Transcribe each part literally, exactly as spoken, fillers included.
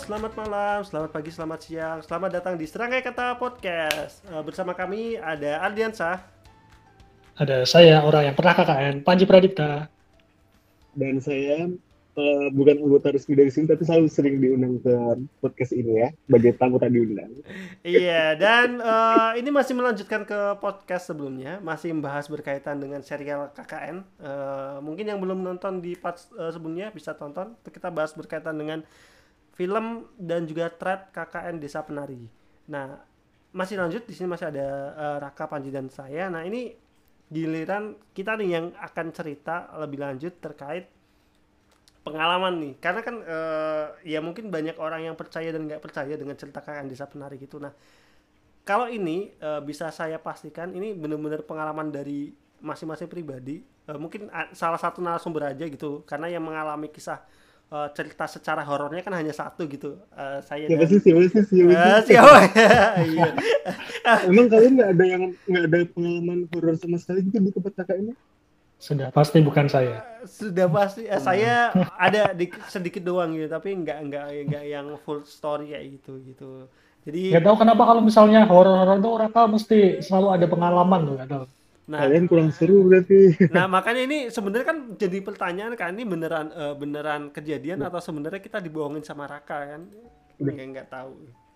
selamat malam, selamat pagi, selamat siang, selamat datang di Serangkai Kata Podcast. Eh, bersama kami ada Ardiansah. Ada saya, orang yang pernah K K N, Panji Pradipta. Dan saya uh, bukan anggota resmi dari sini, tapi selalu sering diundang ke podcast ini ya, sebagai tamu tak diundang. Iya, dan eh, ini masih melanjutkan ke podcast sebelumnya, masih membahas berkaitan dengan serial K K N. Eh, mungkin yang belum nonton di part eh, sebelumnya bisa tonton. Kita bahas berkaitan dengan film dan juga thread K K N Desa Penari. Nah, masih lanjut di sini masih ada eh, Raka, Panji dan saya. Nah, ini giliran kita nih yang akan cerita lebih lanjut terkait pengalaman nih, karena kan eh, ya mungkin banyak orang yang percaya dan nggak percaya dengan cerita K K N Desa Penari gitu. Nah, kalau ini eh, bisa saya pastikan ini benar-benar pengalaman dari masing-masing pribadi. Eh, mungkin a- salah satu narasumber aja gitu, karena yang mengalami kisah eh, cerita secara horornya kan hanya satu gitu. Eh, saya Siapa dan sih, siapa sih, siapa eh, sih? siapa? Iya. Emang kalian nggak ada yang nggak ada pengalaman horor sama sekali gitu di tempat kakak ini? Sudah pasti bukan saya. Sudah pasti eh, saya ada di, sedikit doang gitu, tapi nggak nggak nggak yang full story kayak gitu gitu. Jadi Gak tahu kenapa kalau misalnya horor-horor itu Raka mesti selalu ada pengalaman tuh, gak tahu. nah Kalian kurang seru berarti. nah makanya ini sebenarnya kan jadi pertanyaan kan, ini beneran eh, beneran kejadian atau sebenarnya kita dibohongin sama Raka kan? Nggak nggak tahu.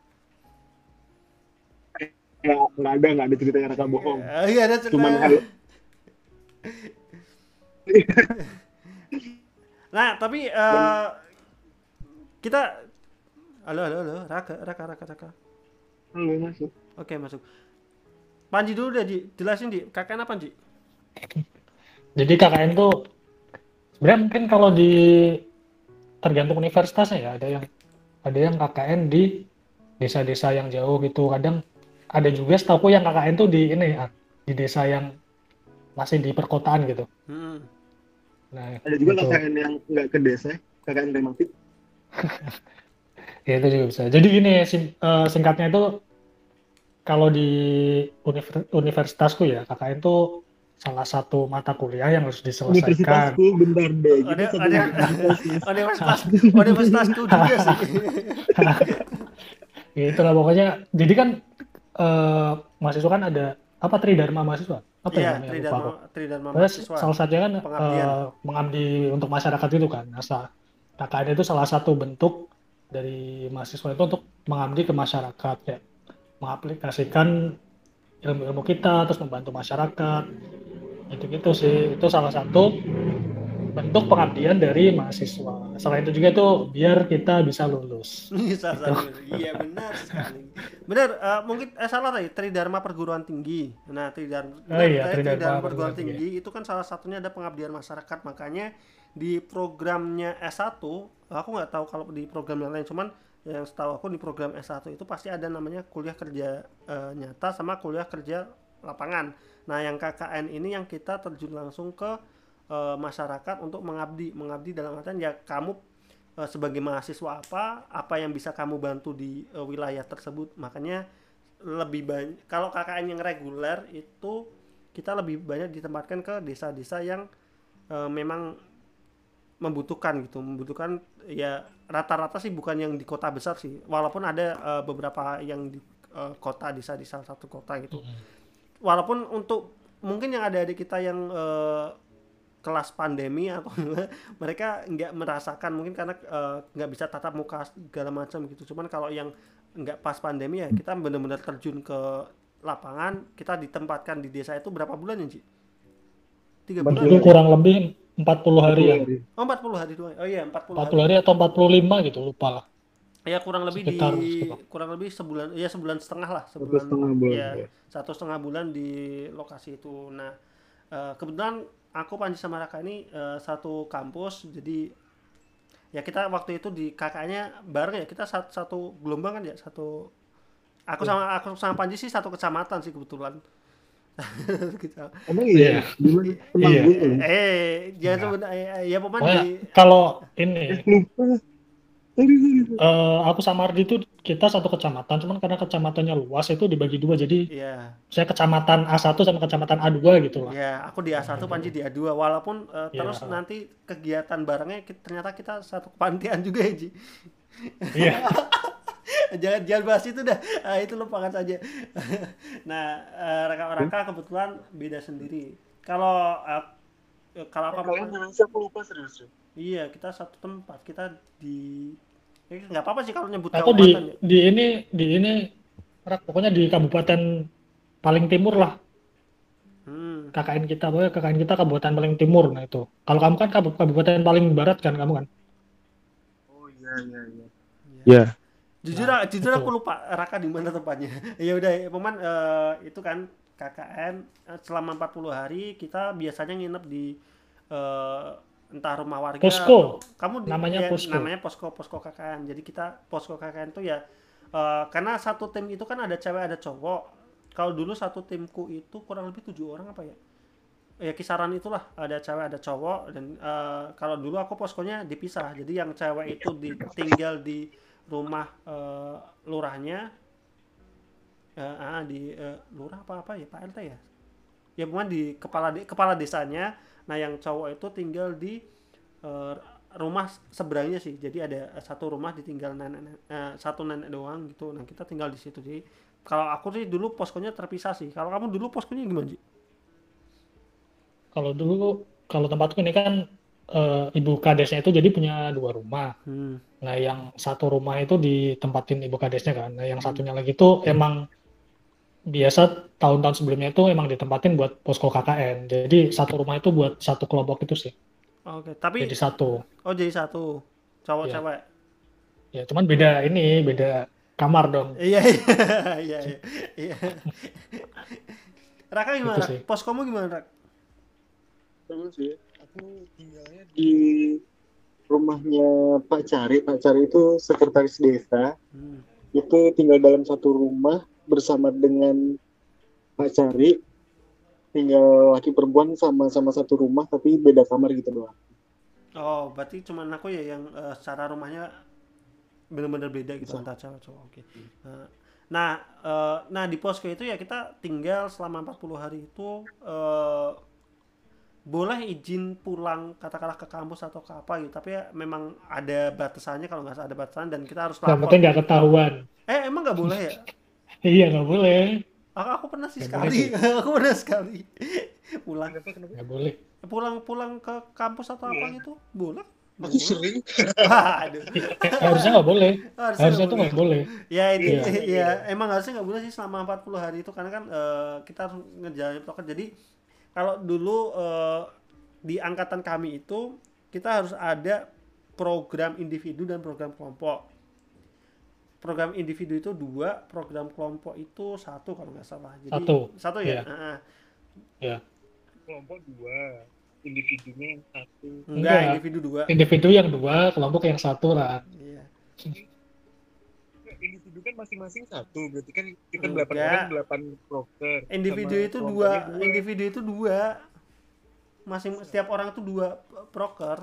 Nggak, nggak ada, nggak ada ceritanya Raka bohong. Eh, Iya ada cerita. Cuman hal, Nah tapi eh, kita halo halo halo Raka Raka Raka Raka. halo masuk. Oke masuk. Panji dulu deh, Ji. Jelasin Ji, K K N apa Ji? Jadi K K N tuh sebenarnya mungkin kalau di tergantung universitasnya ya, ada yang ada yang K K N di desa-desa yang jauh gitu. Kadang ada juga setahu yang K K N tuh di ini ya, di desa yang masih di perkotaan gitu. Hmm. Nah, Ada juga gitu. K K N yang nggak ke desa, K K N tematik. Ya itu juga bisa. Jadi gini sing- eh, singkatnya itu kalau di univer- universitasku ya K K N itu salah satu mata kuliah yang harus diselesaikan. Universitasku, bentar deh. Kita Ada satu ada universitas. universitas universitasku juga sih. Ya itulah pokoknya. Jadi kan eh, mahasiswa kan ada apa Tridharma mahasiswa? Apa ya Iya, namanya? Lupa aku. Tridharma Tridharma Pokoknya mahasiswa. salah satunya kan Pengabdian. eh, mengabdi untuk masyarakat itu kan. Nah, sa- K K N itu salah satu bentuk dari mahasiswa itu untuk mengabdi ke masyarakat, kayak mengaplikasikan ilmu-ilmu kita, terus membantu masyarakat, gitu-gitu sih. Itu salah satu bentuk pengabdian dari mahasiswa. Selain itu juga tuh biar kita bisa lulus. Bisa Gitu. satu. Iya benar sekali. Benar, eh, mungkin eh, salah tadi Tridharma Perguruan Tinggi. Nah, Tridharma, Oh benar, iya, eh, Tridharma Tridharma Perguruan Perguruan Tinggi itu kan salah satunya ada pengabdian masyarakat. Makanya di programnya S satu, aku nggak tahu kalau di program yang lain, cuman yang setahu aku di program S satu itu pasti ada namanya kuliah kerja eh, nyata sama kuliah kerja lapangan. Nah, yang K K N ini yang kita terjun langsung ke eh, masyarakat untuk mengabdi. Mengabdi dalam artian ya kamu eh, sebagai mahasiswa apa apa yang bisa kamu bantu di eh, wilayah tersebut. Makanya lebih banyak kalau K K N yang reguler itu kita lebih banyak ditempatkan ke desa-desa yang eh, memang membutuhkan gitu, membutuhkan ya rata-rata sih bukan yang di kota besar sih, walaupun ada eh, beberapa yang di eh, kota, desa di salah satu kota gitu. Walaupun untuk mungkin yang ada adik kita yang eh, kelas pandemi atau mereka nggak merasakan mungkin karena eh, nggak bisa tatap muka segala macam gitu. Cuman kalau yang nggak pas pandemi ya kita benar-benar terjun ke lapangan, kita ditempatkan di desa itu berapa bulan ya Ci? Tiga Empat bulan Itu bulan. ya? kurang lebih empat puluh hari ya. Oh empat puluh hari doang. Oh iya empat puluh empat hari. puluh hari atau empat puluh lima gitu, lupa lah. Ya kurang lebih di Sekitar sekitar. kurang lebih sebulan ya sebulan setengah lah, Satu sebulan setengah bulan. ya Ya. satu setengah bulan di lokasi itu. Nah eh, kebetulan aku Panji sama Raka ini eh, satu kampus, jadi ya kita waktu itu di K K-nya bareng ya, kita satu, satu gelombang kan ya, satu aku sama aku sama Panji sih satu kecamatan sih kebetulan. Emang iya? Iya. Gimana? Tenang Iya. dulu. eh jangan Enggak. sebut eh, eh, ya pokoknya Pokoknya di kalau ini Eh, lupa. Sorry, sorry, sorry. eh, aku sama Ardi itu kita satu kecamatan, cuman karena kecamatannya luas itu dibagi dua, jadi ya saya kecamatan A satu sama kecamatan A dua gitu lah. ya aku di A satu, Panji di A dua, walaupun eh, Ya, terus nanti kegiatan barengnya ki- ternyata kita satu kepanitiaan juga ya Ji. Iya. jangan jangan bahas itu dah. Ah, itu lupakan saja. Nah, eh, Raka-Raka kebetulan beda sendiri. Kalau eh, kalau Eh, apa kalian mana sih? Aku lupa serius. iya kita satu tempat kita di eh, nggak apa-apa sih kalau nyebut Aku di kabupaten ya. di ini di ini Rak, pokoknya di kabupaten paling timur lah. Hmm. K K N kita, pokoknya K K N kita kabupaten paling timur. Nah itu. Kalau kamu kan kabu- kabupaten paling barat kan kamu kan. Oh iya iya iya. Iya. Ya. Jujur, Nah jujur itu. aku lupa Raka di mana tempatnya. Ya udah, ya, Peman eh, itu kan K K N eh, selama empat puluh hari kita biasanya nginep di eh, entah rumah warga atau Posko. kamu di Namanya ya, posko. namanya posko posko K K N. Jadi kita posko K K N itu ya eh, karena satu tim itu kan ada cewek ada cowok. Kalau dulu satu timku itu kurang lebih tujuh orang apa ya? Ya kisaran itulah ada cewek ada cowok dan eh, kalau dulu aku poskonya dipisah. Jadi yang cewek itu ditinggal di rumah eh, lurahnya eh, ah, di eh, lurah apa apa ya Pak R T ya ya bukan di kepala de- kepala desanya. Nah yang cowok itu tinggal di eh, rumah seberangnya sih, jadi ada satu rumah ditinggal nenek eh, satu nenek doang gitu. Nah kita tinggal di situ. Jadi kalau aku sih dulu poskonya terpisah sih. Kalau kamu dulu poskonya gimana sih? Kalau dulu kalau tempatku ini kan eh, ibu kadesnya itu jadi punya dua rumah. hmm. Nah yang satu rumah itu ditempatin ibu kadesnya kan. Nah yang Hmm. satunya lagi itu emang biasa tahun-tahun sebelumnya itu emang ditempatin buat posko K K N. Jadi satu rumah itu buat satu kelompok itu sih. Oke tapi Jadi satu. oh jadi satu cowok Ya, cewek. ya cuman beda ini, beda kamar dong. Iya iya iya iya. Iya. Raka Gitu gimana? sih. Poskomu gimana Rak? Terus ya. Aku tinggalnya di rumahnya Pak Cari. Pak Cari itu sekretaris desa. Hmm. Itu tinggal dalam satu rumah bersama dengan Pak Cari. Tinggal laki perempuan sama-sama satu rumah tapi beda kamar gitu doang. Oh, berarti cuman aku ya yang eh, secara rumahnya benar-benar beda gitu Bisa. antara cewek cowok. Oke. Nah, nah, eh, nah di posko itu ya kita tinggal selama empat puluh hari itu eh, boleh izin pulang katakanlah ke kampus atau ke apa gitu. Tapi ya memang ada batasannya kalau nggak salah ada batasan dan kita harus Yang penting lapor. nggak ketahuan. Eh, emang nggak boleh ya? Iya nggak boleh. Aku, aku pernah sih Nggak boleh sekali. sih. Aku pernah sekali pulang Kenapa kenapa? Nggak boleh. pulang pulang ke kampus atau apa gitu. Boleh? Aku Boleh. sering. Waduh. Eh, harusnya nggak boleh. Harusnya Harusnya nggak tuh boleh. nggak boleh. Ya itu Iya. ya, ya emang harusnya nggak boleh sih selama empat puluh hari itu karena kan eh, kita harus ngejalanin proker. Jadi kalau dulu eh, di angkatan kami itu kita harus ada program individu dan program kelompok. Program individu itu dua, program kelompok itu satu kalau nggak salah. Jadi Satu. satu ya. Iya. Heeh. Ya. Kelompok dua, individunya yang satu. Enggak, Enggak. individu dua. Individu yang dua, kelompok yang satu lah. Iya. Individu kan masing-masing satu, berarti kan kita Enggak. delapan orang, delapan proker. Individu Sama itu kelompoknya dua, individu itu dua. Masing setiap orang itu dua proker.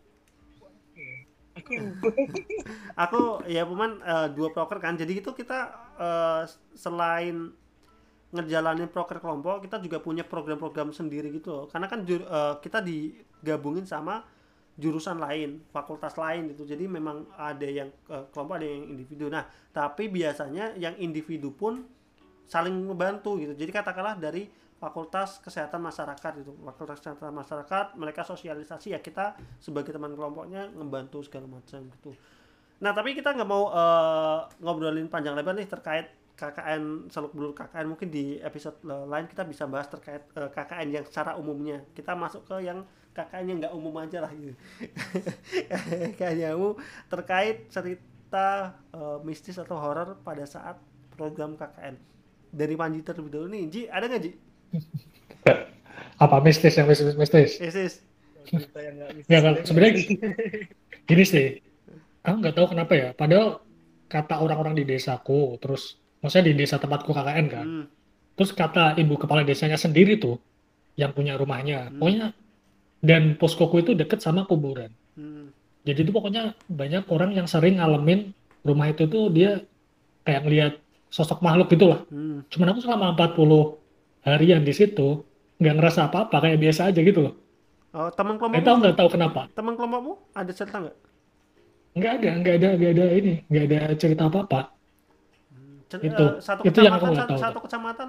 Aku lupa. Aku ya peman eh, dua proker kan. Jadi itu kita eh, selain ngejalanin proker kelompok, kita juga punya program-program sendiri gitu loh. Karena kan jur- eh, kita digabungin sama jurusan lain, fakultas lain gitu. Jadi memang ada yang eh, kelompok, ada yang individu. Nah, tapi biasanya yang individu pun saling membantu gitu. Jadi katakanlah dari Fakultas Kesehatan Masyarakat itu, Fakultas Kesehatan Masyarakat, mereka sosialisasi ya kita sebagai teman kelompoknya ngebantu segala macam gitu. Nah tapi kita nggak mau eh, ngobrolin panjang lebar nih terkait K K N Seluk Beluk K K N. Mungkin di episode eh, lain kita bisa bahas terkait eh, K K N yang secara umumnya. Kita masuk ke yang K K N yang nggak umum aja lah gitu. K K N yang umum terkait cerita eh, mistis atau horor pada saat program K K N. Dari Panji terlebih dahulu nih, Ji, ada nggak Ji? Apa mistis yang mistis mistis? Mistis. Cerita yang nggak mistis. Nggak, kalau sebenarnya gini sih, aku nggak tahu kenapa ya. Padahal kata orang-orang di desaku, terus maksudnya di desa tempatku K K N kan, Hmm. terus kata ibu kepala desanya sendiri tuh yang punya rumahnya, Hmm. pokoknya dan poskoku itu deket sama kuburan. Hmm. Jadi itu pokoknya banyak orang yang sering ngalamin rumah itu tuh dia kayak ngelihat sosok makhluk gitu lah. Hmm. Cuman aku selama empat puluh harian di situ nggak ngerasa apa-apa, kayak biasa aja gitu loh. Oh, teman Nggak tahu kelompokmu, nggak tahu kenapa. teman kelompokmu ada cerita nggak? nggak ada, nggak ada, nggak ada ini, nggak ada cerita apa-apa. C- Itu, eh, satu itu yang aku kecamatan nggak satu, tahu tuh. satu kecamatan.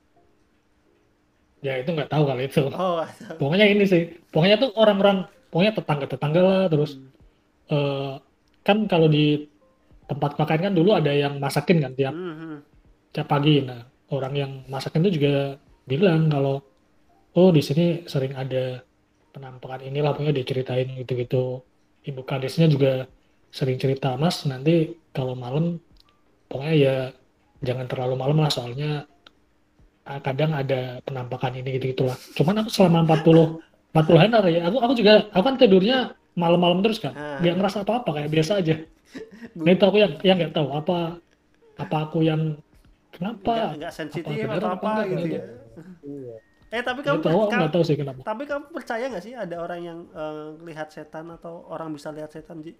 Ya itu nggak tahu kali itu. Oh, ada. Pokoknya ini sih, pokoknya tuh orang-orang, pokoknya tetangga-tetangga lah, terus Hmm. eh, kan kalau di tempat makan kan dulu ada yang masakin kan tiap Hmm, hmm. tiap pagi. Nah, orang yang masakin itu juga bilang kalau oh di sini sering ada penampakan inilah, pokoknya diceritain gitu-gitu. Ibu kadesnya juga sering cerita, Mas, nanti kalau malam pokoknya ya jangan terlalu malam lah, soalnya ah, kadang ada penampakan ini gitu gitulah. Cuman aku selama empat puluh empat puluh hari ya, aku aku juga aku kan tidurnya malam-malam terus kan. Nggak Ah, ngerasa apa-apa, kayak biasa aja. Nah bu- itu aku yang yang nggak tahu apa apa aku yang nggak kenapa, nggak apa sensitif atau beneran apa apa enggak kan gitu itu. ya. Iya. Eh tapi Ya kamu tahu, per- aku nggak ka- tahu sih kenapa. tapi kamu percaya nggak sih ada orang yang eh, lihat setan atau orang bisa lihat setan, Ji?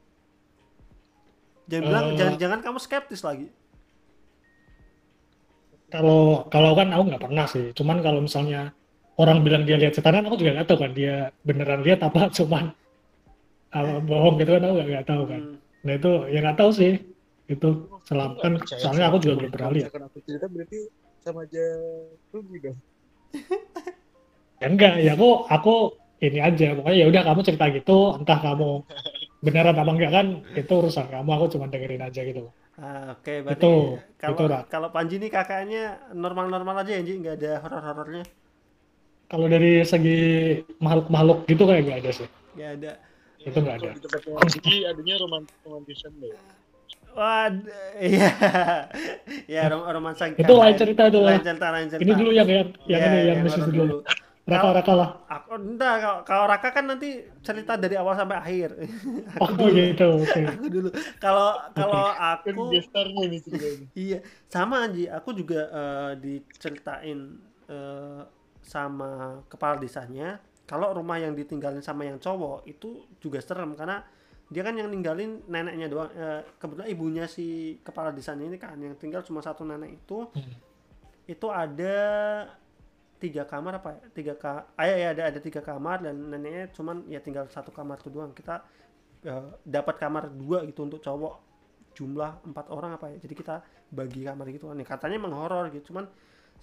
Jangan bilang, jangan Eh, jangan kamu skeptis lagi. kalau kalau kan aku nggak pernah sih. Cuman kalau misalnya orang bilang dia lihat setan, kan aku juga nggak tahu kan dia beneran lihat apa cuman apa bohong gitu kan, aku nggak nggak tahu kan. Hmm. Nah itu ya nggak tahu sih itu Aku selam nggak kan, percaya soalnya sih. aku juga belum pernah Kalau lihat. misalkan aku cerita berarti sama aja rugi dong. Ya enggak, ya aku aku ini aja, pokoknya ya udah kamu cerita gitu, entah kamu beneran apa enggak kan itu urusan kamu, aku cuma dengerin aja gitu. Ah, oke, Itu berarti itu kalau Rak. kalau Panji nih kakaknya normal-normal aja ya, Ji, nggak ada horor-horornya. Kalau dari segi makhluk-makhluk gitu kayak nggak ada sih, Nggak ada. itu Ya, nggak ada. kalau di tempatnya Gigi adanya romantis romantisan deh. Waduh, iya, ya rom romansa Itu lain K K N, cerita itu lain lah. cerita, lain Ini cerita. dulu yang yang yang Ya, ini yang yang misi horor dulu. dulu. Kalau Raka-raka lah. aku enggak, kalau, kalau Raka kan nanti cerita dari awal sampai akhir. Oh Aku dulu, gitu, oke. aku dulu. Kalau Oke. kalau Kan aku gestarnya nih ceritanya. iya, sama Anji. Aku juga eh, diceritain eh, sama kepala desanya. Kalau rumah yang ditinggalin sama yang cowok itu juga serem karena dia kan yang ninggalin neneknya doang. Eh, kebetulan ibunya si kepala desanya ini kan yang tinggal cuma satu nenek itu. Hmm. Itu ada tiga kamar apa ya? Tiga ka, ah, ya, ya, ada ada tiga kamar dan neneknya cuman ya tinggal satu kamar tuh doang. Kita eh, dapat kamar dua gitu untuk cowok, jumlah empat orang apa ya, jadi kita bagi kamar gitu kan ya, katanya emang horor gitu, cuman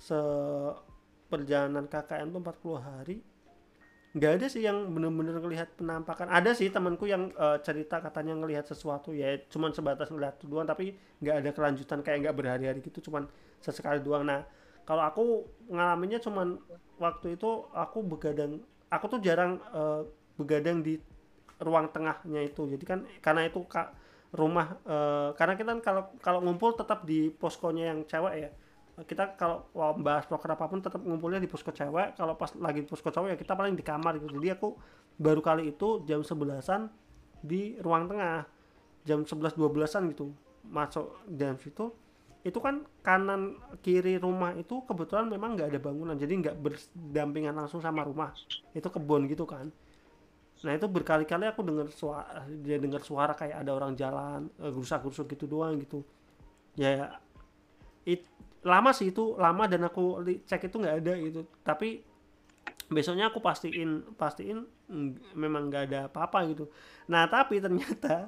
seperjalanan K K N tuh empat puluh hari nggak ada sih yang bener-bener ngelihat penampakan. Ada sih temanku yang eh, cerita katanya ngelihat sesuatu ya, cuman sebatas ngelihat doang tapi nggak ada kelanjutan, kayak nggak berhari-hari gitu, cuman sesekali doang. Nah kalau aku ngalaminnya cuman waktu itu aku begadang, aku tuh jarang eh, begadang di ruang tengahnya itu, jadi kan karena itu kak rumah eh, karena kita kan kalau kalau ngumpul tetap di poskonya yang cewek ya, kita kalau mau bahas proker apapun tetap ngumpulnya di posko cewek, kalau pas lagi di posko cowok ya kita paling di kamar gitu. Jadi aku baru kali itu jam sebelasan di ruang tengah, jam sebelas dua belasan gitu masuk dalam situ. Itu kan kanan kiri rumah itu kebetulan memang nggak ada bangunan, jadi nggak berdampingan langsung sama rumah, itu kebun gitu kan. Nah itu berkali-kali aku dengar suara, dia dengar suara kayak ada orang jalan eh, gerusak-gerusuk gitu doang gitu ya. It, lama sih itu lama, dan aku li- cek itu nggak ada gitu, tapi besoknya aku pastiin pastiin mm, memang nggak ada apa-apa gitu. Nah tapi ternyata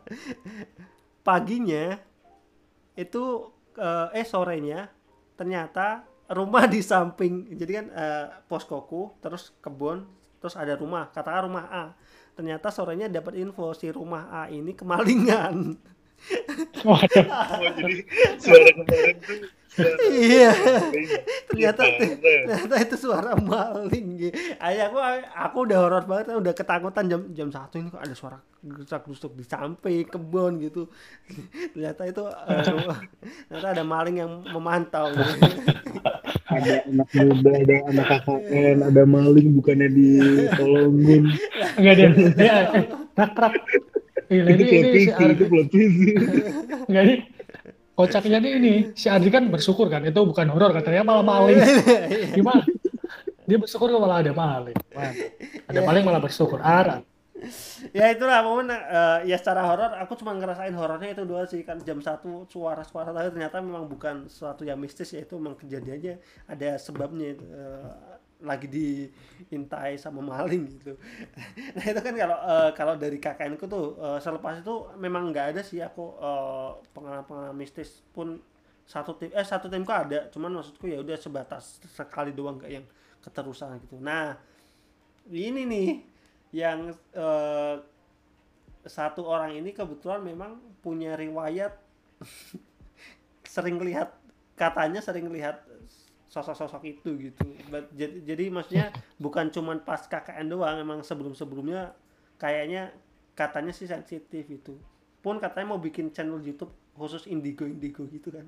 paginya itu eh, eh sorenya ternyata rumah di samping, jadi kan eh, poskoku terus kebun terus ada rumah, katakan rumah A, ternyata sorenya dapat info si rumah A ini kemalingan. Waduh, Oh jadi suara kemarin tuh suara Iya, maling. Ya ternyata parah. ternyata itu suara maling gitu. Ayah aku aku udah horor banget, udah ketakutan jam jam satu ini kok ada suara gerusak-gerusuk di samping kebun gitu. Ternyata itu eh, rumah- ternyata ada maling yang memantau gitu. Ada anak muda, ada anak K K N, ada maling bukannya ditolongin. nggak dia, dia eh rak rak. Gila, Itu ini plot ini si twist sih, itu Ardi, plot twist sih. nggak nih. Kocaknya nih ini, si Ardi kan bersyukur kan, itu bukan horor katanya malah maling. Gimana? Dia bersyukur kok malah ada maling. Mana? Ada Ya, maling malah bersyukur. Arah. ya itulah momen eh, ya secara horor aku cuma ngerasain horornya itu doang sih kan, jam satu suara-suara tapi ternyata memang bukan sesuatu yang mistis ya, itu memang kejadiannya ada sebabnya itu. Eh, lagi diintai sama maling gitu. Nah itu kan kalau uh, kalau dari K K N ku tuh uh, selepas itu memang nggak ada sih aku uh, pengalaman-pengalaman mistis pun satu tim eh satu timku ada, cuman maksudku ya udah sebatas sekali doang, nggak yang keterusan gitu. Nah ini nih yang uh, satu orang ini kebetulan memang punya riwayat sering lihat, katanya sering lihat sosok-sosok itu gitu. Jadi, jadi maksudnya bukan cuman pas K K N doang, memang sebelum-sebelumnya kayaknya katanya sih sensitif itu. Pun katanya mau bikin channel YouTube khusus indigo-indigo gitu kan.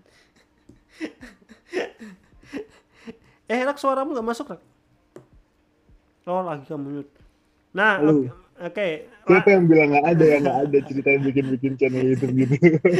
eh Rak, suaramu nggak masuk Rak? Oh lagi kamu mute. Nah oke okay. okay. Siapa yang bilang nggak ada ya, nggak ada cerita yang bikin-bikin channel YouTube gitu.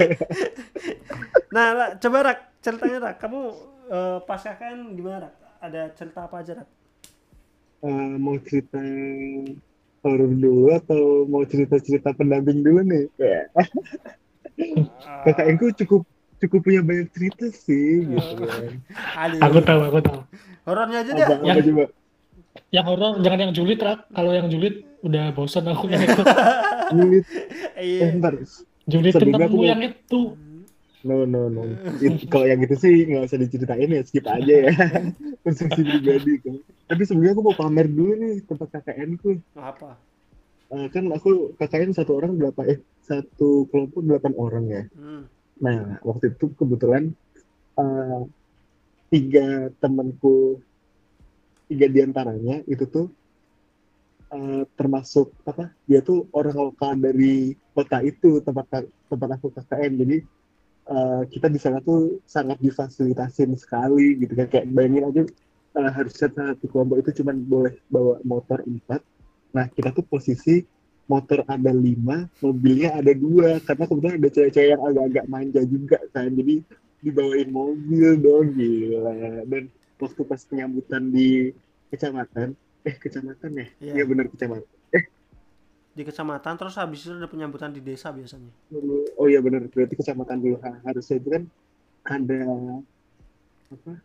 Nah Rak, coba Rak ceritanya Rak, kamu uh, pas K K N gimana Rak? Ada cerita apa aja Rak? Uh, mau cerita horor dulu atau mau cerita-cerita pendamping dulu nih? Ya. K K N ku cukup cukup punya banyak cerita sih gitu kan. Aku tahu, aku tahu. Horornya aja deh. Apa, apa coba? Yang horor jangan yang julid Rak. Kalau yang julid udah bosan aku yang itu. Julid. Iya. Eh, bentar. Julid temenmu yang itu. No no no. It, kalau yang gitu sih nggak usah diceritain ya, skip aja ya. Konsumsi pribadi kan. Tapi sebenarnya aku mau pamer dulu nih tempat K K N ku. Apa? Uh, kan aku K K N satu orang berapa eh satu kelompok delapan orang ya. Hmm. Nah waktu itu kebetulan uh, tiga temanku, tiga diantaranya itu tuh uh, termasuk apa? Dia tuh orang lokal dari kota itu, tempat tempat aku K K N. Jadi uh, kita di sana tuh sangat difasilitasin sekali gitu kan. Kayak bayangin aja uh, harusnya satu kelompok itu cuma boleh bawa motor empat. Nah kita tuh posisi motor ada lima, mobilnya ada dua, karena kebetulan ada cewek-cewek yang agak-agak manja juga kan, jadi dibawain mobil dong gila. Dan waktu pas penyambutan di kecamatan, eh kecamatan ya? Iya yeah. Benar kecamatan. Eh di kecamatan, terus habis itu ada penyambutan di desa biasanya. Oh iya benar, berarti kecamatan dulu. Harusnya itu kan ada apa?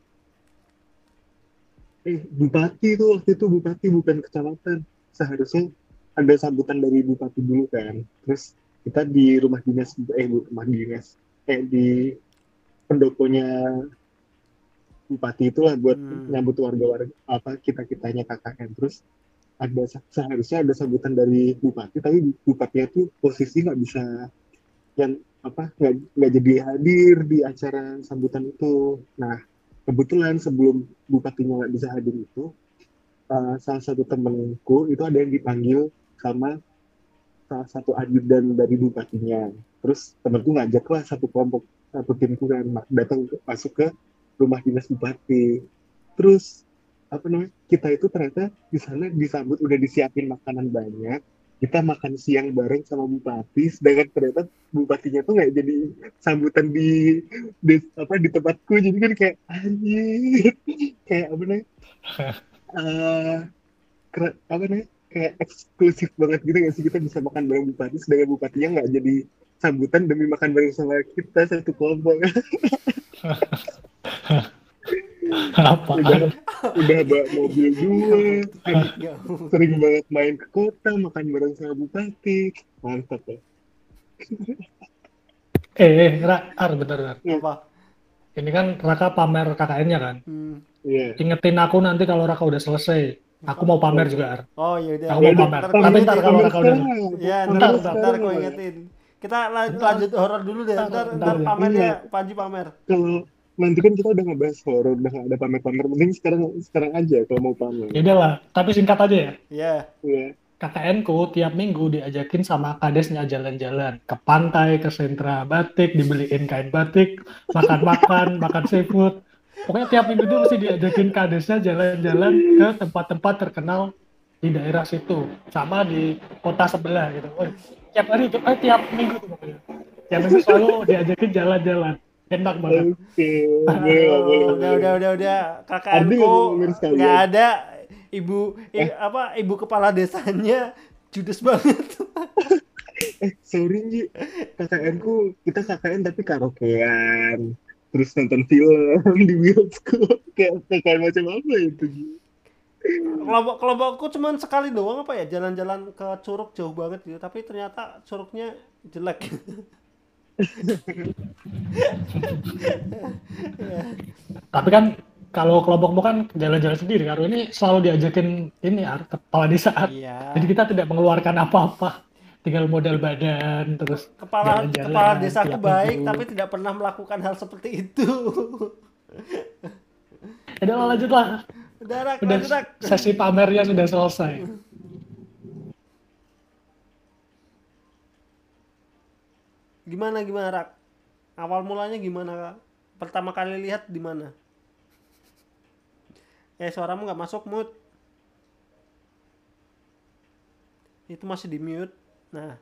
Eh bupati tuh waktu itu, bupati bukan kecamatan. Seharusnya ada sambutan dari bupati dulu kan, terus kita di rumah dinas eh rumah dinas kayak di pendoponya bupati itulah buat hmm. nyambut warga-warga apa kita kitanya K K N. Terus ada seharusnya ada sambutan dari bupati, tapi bupatinya tuh posisi nggak bisa yang apa nggak nggak jadi hadir di acara sambutan itu. Nah kebetulan sebelum bupatinya nggak bisa hadir itu, uh, salah satu temenku itu ada yang dipanggil sama salah satu ajudan dari bupatinya. Terus temanku ngajak lah satu kelompok, satu timku kan datang masuk ke rumah dinas bupati. Terus apa namanya, kita itu ternyata di sana disambut, udah disiapin makanan banyak. Kita makan siang bareng sama bupati, sedangkan ternyata bupatinya tuh nggak jadi sambutan di, di apa di tempatku. Jadi kan kayak anjir, kayak apa namanya, uh, kera, apa namanya kayak eksklusif banget gitu nggak sih, kita bisa makan bareng bupati sedangkan bupatinya nggak jadi sambutan demi makan bareng sama kita satu kelompok. Apa? udah udah bawa mobil dua, sering banget main ke kota, makan bareng sama bupati, mantap ya. eh eh Ra, Ar, bentar bentar. Apa? Ini kan Raka pamer K K N-nya kan? Hmm. Yeah. Ingetin aku nanti kalau Raka udah selesai. Aku mau pamer juga, Ar. Oh iya udah. Aku mau pamer. Tapi ntar kalau Raka udah selesai. Iya, ntar ntar aku ingetin. Kita lanjut horor dulu deh. Ntar ntar pamernya Panji pamer. Kalau nanti kan kita udah ngebahas horor, udah nggak ada pamer-pamer. Mending sekarang sekarang aja kalau mau pamer. Ya lah, tapi singkat aja ya. Iya. Iya. K K N-ku tiap minggu diajakin sama kadesnya jalan-jalan ke pantai, ke sentra batik, dibeliin kain batik, makan-makan, makan seafood. Pokoknya tiap minggu itu mesti diajakin kadesnya jalan-jalan ke tempat-tempat terkenal di daerah situ, sama di kota sebelah gitu. Oh, tiap hari itu, eh, tiap minggu tuh pokoknya. Tiap minggu selalu diajakin jalan-jalan. Enak banget. Oke. Udah, udah, udah, udah. K K N-ku nggak ada. Ibu, eh. i, apa ibu kepala desanya judes banget. eh sorry Ji, K K N-ku kita K K N tapi karaokean, terus nonton film di bioskop, kayak K K N macam apa itu Ji? Kelompok kelompokku cuman sekali doang apa ya jalan-jalan ke Curug jauh banget gitu, tapi ternyata curugnya jelek. Ya. Tapi kan kalau kelompokmu kan jalan-jalan sendiri, Karo ini selalu diajakin ini Ar, kepala desa. Ar. Jadi Iya. kita tidak mengeluarkan apa-apa, tinggal modal badan terus Kepala kepala jalan-jalan desaku tiap baik minggu. tapi tidak pernah melakukan hal seperti itu. Udah lah, lanjut lah, Udah rak, udah lanjut rak. sesi pamernya sudah selesai. Gimana gimana rak? Awal mulanya gimana Kak? Pertama kali lihat di mana? Eh suaramu nggak masuk mood. Itu masih di mute. Nah,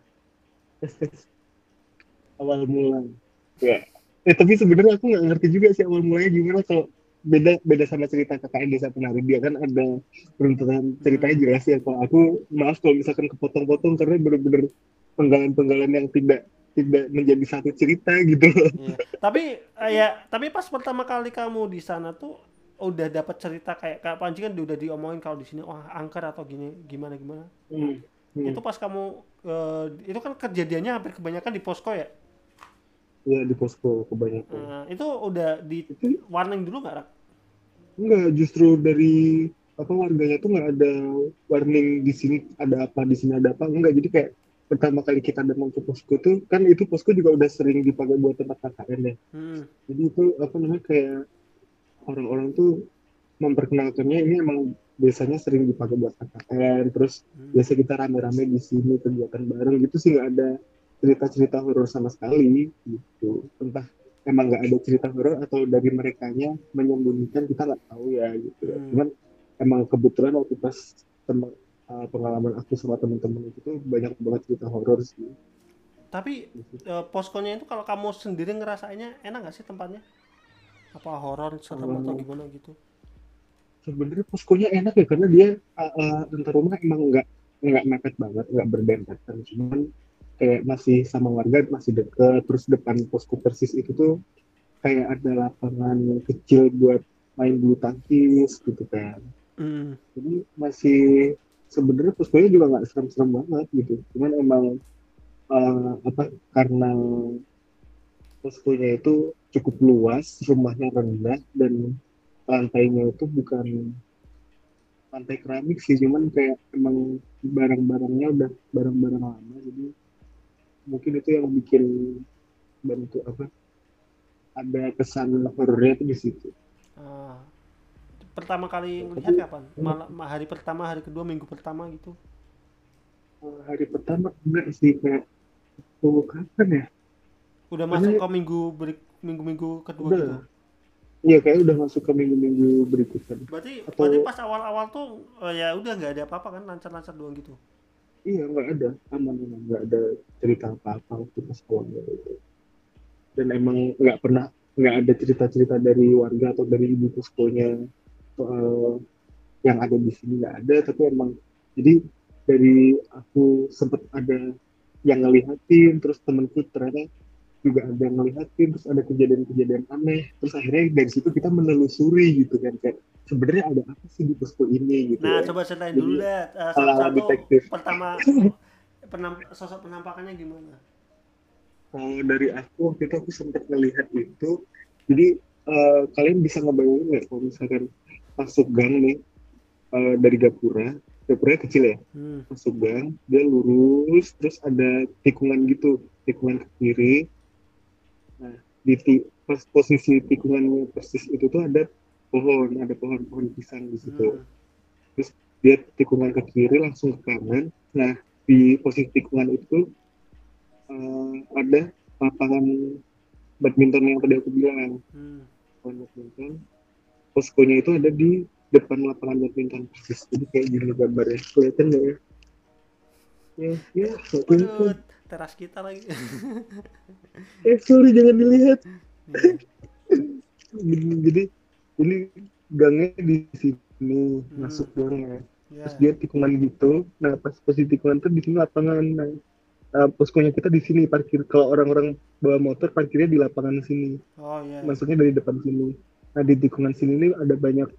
Awal mula. Ya. Eh tapi sebenarnya aku nggak ngerti juga sih awal mulanya gimana kalau beda beda sama cerita K K N Desa Penari dia kan ada runtutan ceritanya hmm, jelas ya. Kalau aku maaf kalau misalkan kepotong-potong karena bener-bener penggalan-penggalan yang tidak tidak menjadi satu cerita gitu loh. iya. Tapi eh, ya, tapi pas pertama kali kamu di sana tuh udah dapat cerita kayak Kak Panji kan udah diomongin kalau di sini wah angker atau gini gimana gimana. Hmm. Hmm. Itu pas kamu eh, itu kan kejadiannya hampir kebanyakan di posko ya. Ya di posko kebanyakan. Nah, itu udah di Itu warning dulu nggak Rak? enggak, justru dari apa warganya tuh nggak ada warning di sini ada apa, di sini ada apa, enggak. Jadi kayak pertama kali kita datang ke posko tuh kan itu posko juga udah sering dipakai buat tempat K K N ya. Hmm, Jadi itu apa namanya kayak orang-orang tuh memperkenalkannya ini emang biasanya sering dipakai buat K K N, terus hmm. biasa kita rame-rame di sini kegiatan bareng gitu sih, nggak ada cerita-cerita horor sama sekali gitu. Entah emang nggak ada cerita horor atau dari merekanya menyembunyikan kita nggak tahu ya gitu. Hmm. Cuman emang kebetulan waktu pas teman uh, pengalaman aku sama teman-teman itu tuh banyak banget cerita horor sih. Tapi eh, poskonya itu kalau kamu sendiri ngerasainnya enak nggak sih tempatnya? Apa horor, serem atau Uh, gimana gitu? Sebenarnya poskonya enak ya karena dia uh, uh, antar rumah emang nggak nggak mepet banget, nggak berdempetan. Cuman kayak masih sama warga masih deket. Terus depan posko persis itu tuh kayak ada lapangan kecil buat main bulu tangkis gitu kan. Hmm. Jadi masih sebenarnya poskonya juga nggak serem-serem banget gitu. Cuman emang uh, apa karena poskonya itu cukup luas, rumahnya rendah dan lantainya itu bukan lantai keramik sih, cuman kayak emang barang-barangnya udah barang-barang lama, jadi mungkin itu yang bikin bentuk apa ada kesan horornya tuh di situ. Ah, pertama kali ngelihat Tapi kapan? Malam hari pertama, hari kedua, minggu pertama gitu. eh, hari pertama enggak sih, kayak tuh kapan ya? Udah masuk Karena ke minggu berik, minggu-minggu kedua gitu. udah, iya kayak udah masuk ke minggu-minggu berikutnya. Berarti berarti Atau pas awal-awal tuh eh, ya udah nggak ada apa-apa kan, lancar-lancar doang gitu. iya nggak ada, aman aman, nggak ada cerita apa-apa waktu pas awalnya itu. Dan emang nggak pernah nggak ada cerita-cerita dari warga atau dari ibu poskonya soal yang ada di sini, nggak ada. Tapi emang jadi dari aku sempat ada yang ngelihatin, terus temenku ternyata juga ada yang ngelihatin, terus ada kejadian-kejadian aneh, terus akhirnya dari situ kita menelusuri gitu kan, kayak sebenarnya ada apa sih di posko ini gitu Nah, ya. coba ceritain Jadi dulu deh eh, ala satu-satu detektif. pertama penam, sosok penampakannya gimana? Kalau dari aku waktu itu aku sempat ngelihat itu, jadi eh, kalian bisa ngebayangin nggak kalau misalkan masuk gang nih, eh, dari gapura, gapuranya kecil ya, Hmm. masuk gang, dia lurus, terus ada tikungan gitu, tikungan ke kiri. Nah, di ti- pas posisi tikungannya persis itu tuh ada pohon, ada pohon-pohon pisang di situ. Hmm. Terus dia tikungan ke kiri langsung ke kanan. Nah, di posisi tikungan itu eh, ada lapangan badminton yang tadi aku bilang. Hmm. Lapangan badminton. Poskonya itu ada di depan lapangan badminton persis. Jadi kayak gini gambarnya. Kelihatan nggak ya? Ya, ya, nggak kelihatan. Waduh, teras kita lagi. Eh, sorry, jangan dilihat. Iya. Jadi ini gangnya di sini, Hmm. masuk gangnya. Terus Ya. dia tikungan gitu. Nah, pas posisi tikungan tuh di sini lapangan. Nah, nah, poskonya kita di sini parkir. Kalau orang-orang bawa motor parkirnya di lapangan sini. Oh ya. Masuknya dari depan sini. Nah, di tikungan sini nih ada banyak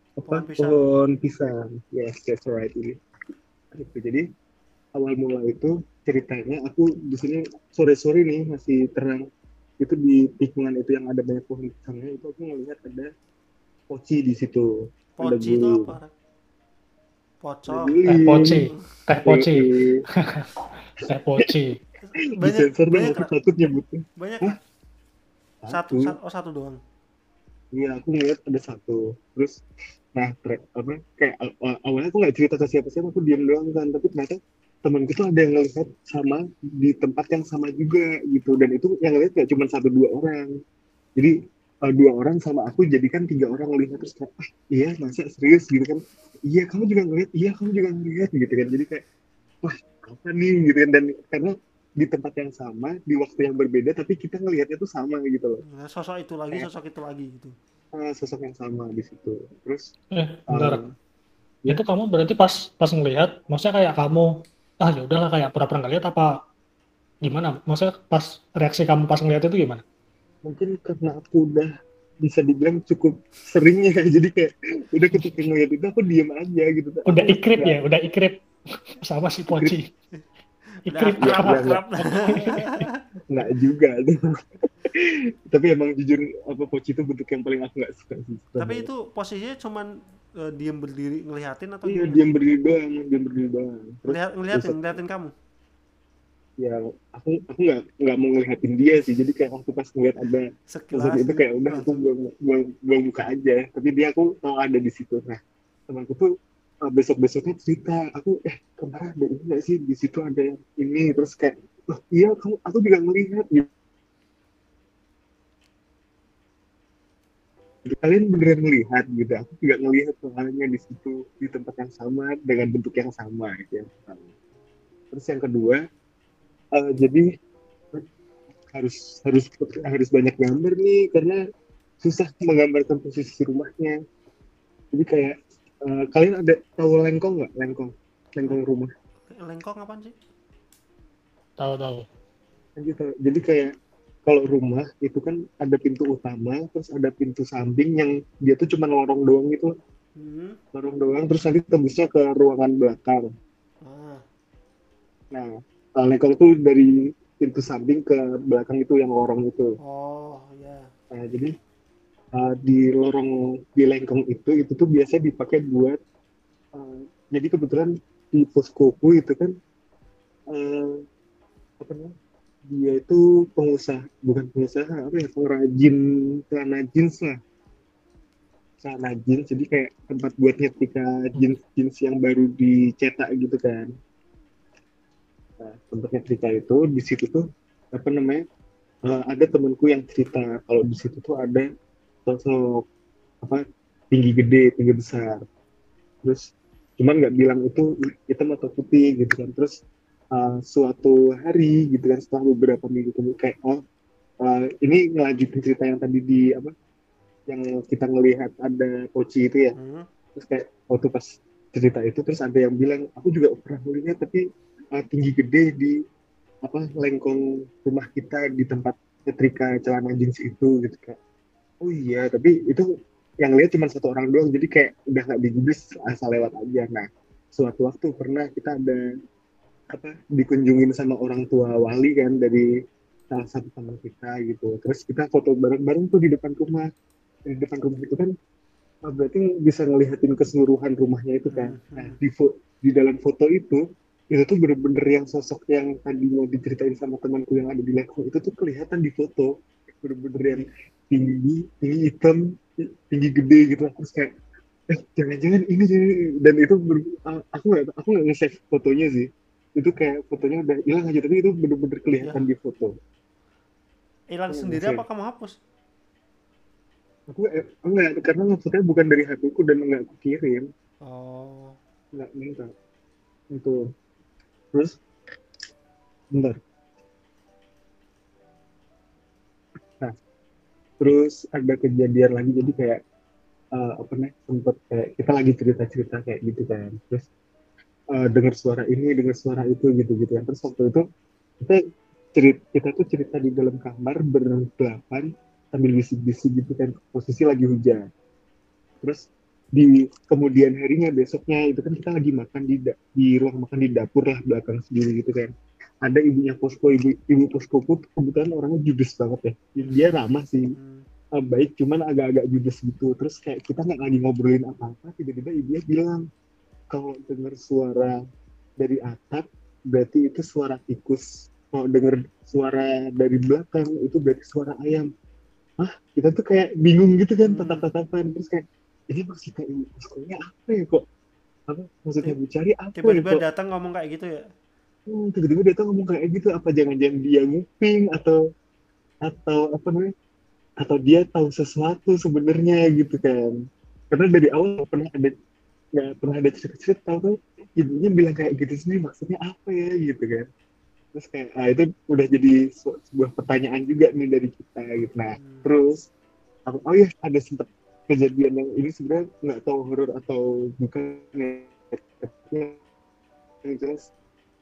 apa Pohon pisang. pohon pisang. Yes, that's right ini. Gitu. Jadi awal mula itu ceritanya aku di sini sore-sore nih masih terang itu di tikungan itu yang ada banyak pohon pisangnya itu aku ngelihat ada poci di situ ada Poci itu guling apa? ada Pocong. Teh guling poci, teh poci, Yoi. teh poci. Banyak Disensor dong banyak aku Rak. takut nyebutnya. Banyak Hah? Rak. Satu, Satu. satu oh satu doang. Iya aku ngeliat ada satu terus nah tre- apa kayak aw- aw- awalnya aku nggak cerita ke siapa-siapa aku diam doang kan tapi ternyata temanku tuh ada yang ngelihat sama di tempat yang sama juga gitu dan itu yang ngelihat nggak cuma satu dua orang jadi uh, dua orang sama aku jadi kan tiga orang ngelihat terus kayak ah iya masa serius gitu kan iya kamu juga ngelihat iya kamu juga ngelihat gitu kan jadi kayak wah apa nih gitu kan dan karena di tempat yang sama di waktu yang berbeda tapi kita ngelihatnya tuh sama gitu loh Nah, sosok itu lagi, kayak sosok itu lagi gitu. ah, sosok yang sama di situ terus Eh, bentar. uh, ya Itu kamu berarti pas pas ngelihat, maksudnya kayak kamu, ah ya udahlah kayak pura-pura nggak lihat apa gimana? Maksudnya pas reaksi kamu pas ngelihat itu gimana? mungkin karena aku udah bisa dibilang cukup seringnya jadi kayak udah ketika ngeliat itu aku diem aja gitu aku Udah ikrip nggak ya, udah ikrip sama si ikut Poci. Udah Ikrip ya akrab, ya akrab. nggak akrab. nggak juga tuh tapi emang jujur apa poci itu bentuk yang paling aku nggak suka sih Tapi sebenarnya itu posisinya cuman eh, diem berdiri ngeliatin atau iya gimana? diam berdiri doang diam berdiri doang terus Ngeliat, ngeliatin, besok ngeliatin kamu. ya aku aku nggak nggak mau ngeliatin dia sih jadi kayak waktu pas ngeliat ada sosok Sekilas itu gitu kayak udah aku langsung. buang buang buang buka aja tapi dia aku tahu ada di situ nah temanku tuh uh, besok-besoknya cerita aku eh kemarin ada ini nggak sih di situ ada yang ini terus kayak oh iya kamu aku juga melihat gitu kalian beneran melihat gitu aku juga ngelihat soalnya di situ di tempat yang sama dengan bentuk yang sama gitu yang pertama terus yang kedua uh, jadi harus harus harus banyak gambar nih karena susah menggambarkan posisi rumahnya jadi kayak uh, kalian ada tahu lengkong nggak lengkong lengkong rumah Lengkong apaan sih? Tahu tahu. gitu. Jadi kayak kalau rumah itu kan ada pintu utama, terus ada pintu samping yang dia tuh cuma lorong doang gitu, Hmm. lorong doang, terus nanti tembusnya ke ruangan belakang. Ah. Nah, uh, lengkong tuh dari pintu samping ke belakang itu yang lorong itu. Oh ya. Nah, jadi uh, di lorong di lengkong itu itu tuh biasa dipakai buat uh, jadi kebetulan di poskoku itu kan uh, apa namanya dia itu pengusaha bukan pengusaha apa ya pengrajin celana jeans lah celana jeans jadi kayak tempat buat nyetrika jeans jeans yang baru dicetak gitu kan nah, tempat nyetrika itu di situ tuh apa namanya eh, ada temanku yang cerita kalau di situ tuh ada sosok apa tinggi gede tinggi besar terus cuman nggak bilang itu hitam atau putih gitu kan terus uh, suatu hari gitu kan setelah beberapa minggu kemudian kayak oh uh, ini ngelanjutin cerita yang tadi di apa yang kita ngelihat ada poci itu ya Hmm. terus kayak waktu pas cerita itu terus ada yang bilang aku juga pernah melihat tapi uh, tinggi gede di apa lengkong rumah kita di tempat nyetrika celana jeans itu gitu kayak oh iya tapi itu yang lihat cuma satu orang doang jadi kayak udah nggak digubris asal lewat aja nah suatu waktu pernah kita ada apa dikunjungin sama orang tua wali kan dari salah satu teman kita gitu terus kita foto bareng-bareng tuh di depan rumah di depan rumah itu kan ah, berarti bisa ngelihatin keseluruhan rumahnya itu kan Hmm. nah Hmm. di fo- di dalam foto itu itu tuh bener-bener yang sosok yang tadinya diceritain sama temanku yang ada di Leko itu tuh kelihatan di foto bener-bener yang Wih. tinggi tinggi hitam tinggi gede gitu terus kayak eh jangan-jangan ini jadi- dan itu ber- ah, aku nggak aku nggak nge-save fotonya sih itu kayak fotonya udah hilang aja tapi itu bener-bener kelihatan Ya. di foto Hilang aku nggak sendiri apa nge-save kamu hapus? aku eh, enggak karena fotonya bukan dari H P ku dan enggak aku kirim Oh. enggak minta itu terus bentar nah terus ada kejadian lagi jadi kayak eh, apa nih sempet kayak kita lagi cerita-cerita kayak gitu kan terus eh, dengar suara ini dengar suara itu gitu gitu kan terus waktu itu kita cerita kita tuh cerita di dalam kamar berdelapan sambil bisik-bisik gitu kan posisi lagi hujan terus di kemudian harinya besoknya itu kan kita lagi makan di da- di ruang makan di dapur lah belakang sendiri gitu kan, ada ibunya posko, ibu ibu poskoku tuh kebetulan orangnya judes banget ya, dia ramah sih, Hmm. eh, baik cuman agak-agak judes gitu, terus kayak kita nggak lagi ngobrolin apa-apa tiba-tiba ibunya bilang kalau dengar suara dari atap berarti itu suara tikus, kalau dengar suara dari belakang itu berarti suara ayam. Hah, kita tuh kayak bingung gitu kan, Hmm. tatap-tatapan, terus kayak ini maksudnya ini maksudnya apa ya kok, apa maksudnya Ti- Bu Cari apa ya Tiba-tiba kok. datang ngomong kayak gitu ya. Hmm, tiba-tiba dia tuh ngomong kayak gitu, apa jangan-jangan dia nguping atau atau apa namanya, atau dia tahu sesuatu sebenarnya gitu kan, karena dari awal nggak pernah ada nggak pernah ada cerita-cerita, tahu tuh ibunya bilang kayak gitu sendiri maksudnya apa ya gitu kan. Terus kayak ah, itu udah jadi su- sebuah pertanyaan juga nih dari kita gitu. Nah Hmm. terus aku, oh ya ada sempat kejadian yang ini sebenarnya nggak tahu horor atau bukan ya, tapi yang jelas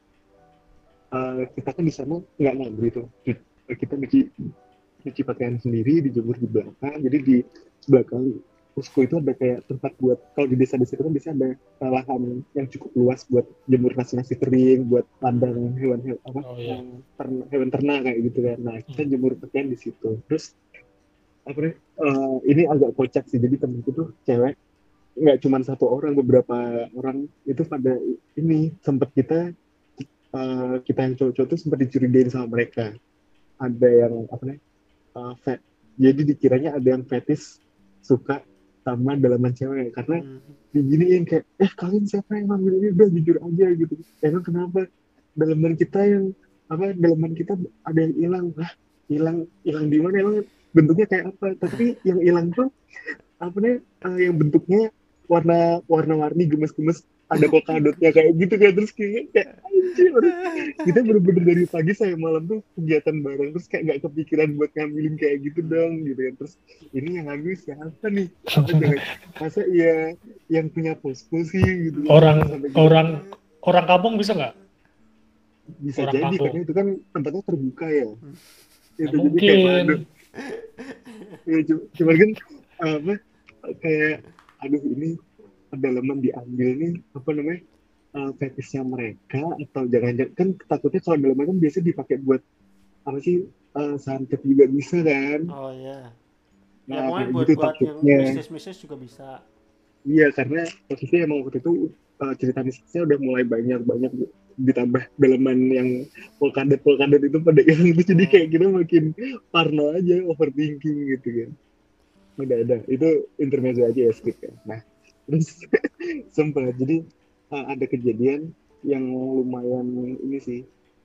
eh, kita kan di sana nggak ngantri tuh. Kita nyuci nyuci pakaian sendiri, dijemur di belakang. Jadi di belakang posko itu ada kayak tempat buat, kalau di desa-desa itu kan bisa ada eh, lahan yang cukup luas buat jemur nasi-nasi kering, buat Hmm. kandang hewan-hewan apa Oh iya. eh, ternak, hewan ternak kayak gitu kan. Nah kita Hmm. jemur pakaian di situ. Terus apa nih? eh, ini agak kocak sih. Jadi temenku tuh cewek, nggak cuma satu orang, beberapa orang itu pada ini sempat kita eh, kita yang cowok-cowok tuh sempat dicurigain sama mereka. Ada yang apa nih? eh, fe- jadi dikiranya ada yang fetish suka sama dalaman cewek karena Hmm. diginiin kayak eh kalian siapa yang ngambil ini, udah jujur aja gitu, emang kenapa dalaman kita yang apa dalaman kita ada yang hilang, lah hilang hilang di mana emang, bentuknya kayak apa, tapi yang hilang tuh apa nih, eh, yang bentuknya warna warna-warni gemes-gemes, ada polkadotnya kayak gitu kan, terus kayak kayak anjir, kita bener-bener dari pagi sampai malam tuh kegiatan bareng, terus kayak nggak kepikiran buat ngambilin kayak gitu Hmm. dong gitu kan. Terus ini yang ngambil siapa nih, apa jangan masa iya yang punya posko sih gitu kan, Orang sampai kita orang orang kampung bisa nggak? bisa Orang jadi karena kampung. itu kan tempatnya terbuka ya, Nggak itu jadi kayak mungkin. waduh ya, cu- cuman kan apa kayak aduh ini pedalaman diambil nih apa namanya, eh, fetishnya mereka, atau jangan-jangan kan takutnya kalau dalaman kan biasa dipakai buat apa sih, eh, santet juga bisa kan. Oh ya. Ya Nah pokoknya kayak buat gitu buat yang takutnya. mistis-mistis juga bisa. Iya karena posisinya emang waktu itu eh, cerita mistisnya udah mulai banyak banyak, ditambah dalaman yang polkadot polkadot itu pada hilang itu, jadi Oh. kayak kita makin parno aja, overthinking gitu kan. Udah ada itu intermezzo aja ya, skip ya. Nah terus sempat jadi eh, ada kejadian yang lumayan ini sih.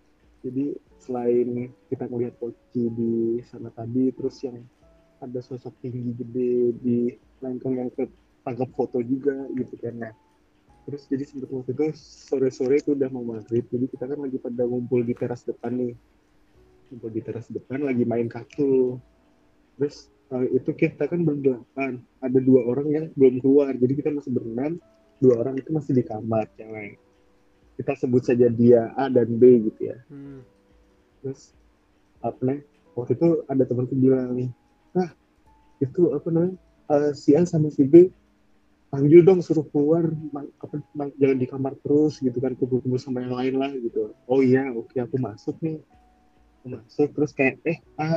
Jadi selain kita ngelihat Poci di sana tadi, terus yang ada sosok tinggi gede di lengkong yang ketangkap foto juga gitu kan. Nah, terus jadi sempet waktu itu sore-sore itu udah mau maghrib, jadi kita kan lagi pada ngumpul di teras depan nih, ngumpul di teras depan lagi main kartu. Terus eh, itu kita kan berdelapan, ada dua orang yang belum keluar, jadi kita masih berenam, dua orang itu masih di kamar cewek. Kita sebut saja dia A dan B gitu ya. Hmm. Terus apa nih? Waktu itu ada temanku bilang nih, ah itu apa namanya, eh, si A sama si B panggil dong, suruh keluar, ma- apa, ma- jangan di kamar terus gitu kan, kumpul-kumpul sama yang lain lah gitu. Oh iya, oke aku masuk nih, aku masuk terus kayak eh A,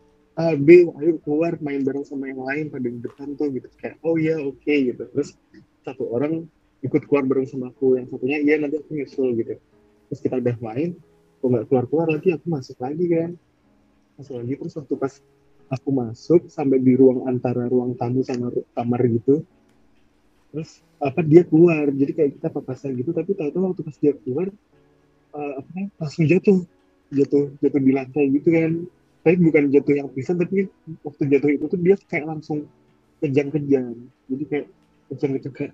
A B ayo keluar main bareng sama yang lain pada di depan tuh gitu, kayak oh iya oke gitu. Terus satu orang ikut keluar bareng sama aku, yang satunya iya nanti aku nyusul gitu. Terus kita udah main, kok nggak keluar-keluar lagi, aku masuk lagi kan, masuk lagi. Terus waktu pas aku masuk sampai di ruang antara ruang tamu sama ru- kamar gitu, terus apa dia keluar, jadi kayak kita papasan gitu, tapi tahu-tahu waktu pas dia keluar eh, apa namanya, langsung jatuh jatuh jatuh di lantai gitu kan, tapi bukan jatuh yang pingsan, tapi waktu jatuh itu tuh dia kayak langsung kejang-kejang, jadi kayak kejang-kejang kayak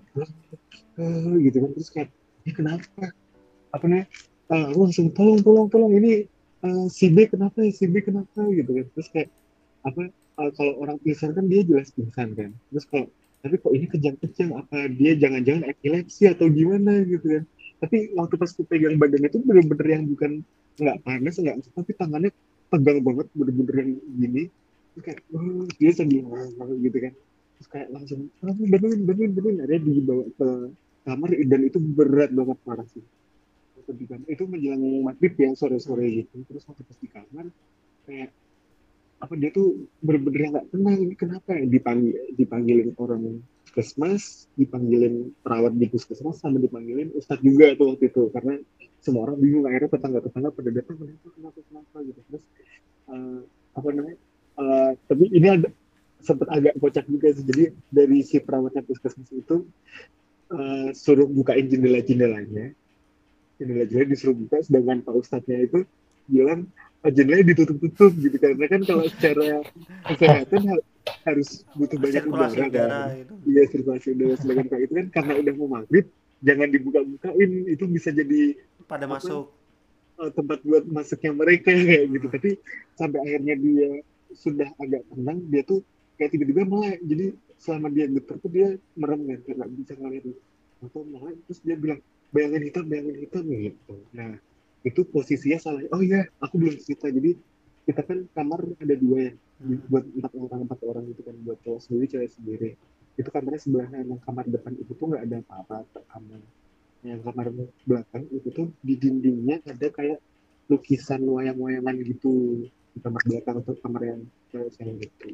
"Eh," gitu kan, terus kayak ini kenapa, apa namanya, eh, aku langsung tolong tolong tolong ini, eh, si B kenapa ya, si B kenapa gitu kan. Terus kayak apa, eh, kalau orang pingsan kan dia jelas pingsan kan, terus kalau tapi kok ini kejang-kejang, apa dia jangan-jangan epilepsi atau gimana gitu kan. Tapi waktu pas aku pegang badan itu bener-bener yang bukan nggak panas nggak, tapi tangannya tegang banget bener-bener yang gini. Terus kayak oh, dia sambil "Oh," gitu kan. terus kayak langsung langsung bantuin bantuin bantuin ada dibawa ke kamar dan itu berat banget parah sih. Waktu di kamar itu menjelang maghrib ya sore-sore Hmm. gitu terus waktu pas di kamar kayak apa dia tuh bener-bener nggak tenang ini kenapa ya dipanggil dipanggilin orang puskesmas dipanggilin perawat di puskesmas sama dipanggilin ustadz juga tuh waktu itu karena semua orang bingung akhirnya tetangga-tetangga pada datang kenapa kenapa kenapa gitu terus eh, apa namanya eh, tapi ini ada sempat agak kocak juga sih jadi dari si perawatnya puskesmas itu eh, suruh bukain jendela-jendelanya jendela-jendela disuruh buka sedangkan pak ustadznya itu bilang "Ah, jendelanya ditutup-tutup gitu karena kan kalau secara kesehatan ha- harus butuh banyak Sirkulasi udara kan udara gitu. iya sirkulasi udara sedangkan kayak itu kan karena udah mau maghrib jangan dibuka-bukain itu bisa jadi Pada apa masuk. eh, tempat buat masuknya mereka kayak gitu Hmm. tapi sampai akhirnya dia sudah agak tenang dia tuh kayak tiba-tiba melek jadi selama dia getar tuh dia merem kan kayak nggak bisa ngeliat atau melek terus dia bilang bayangan hitam bayangan hitam gitu nah itu posisinya salah oh iya aku belum cerita jadi kita kan kamar ada dua ya Hmm. buat empat orang empat orang itu kan buat cowok sendiri cewek sendiri itu kamarnya sebelahnya emang kamar depan itu tuh nggak ada apa-apa kamar yang kamar belakang itu tuh di dindingnya ada kayak lukisan wayang-wayangan gitu di kamar belakang atau kamar yang cewek-cewek gitu.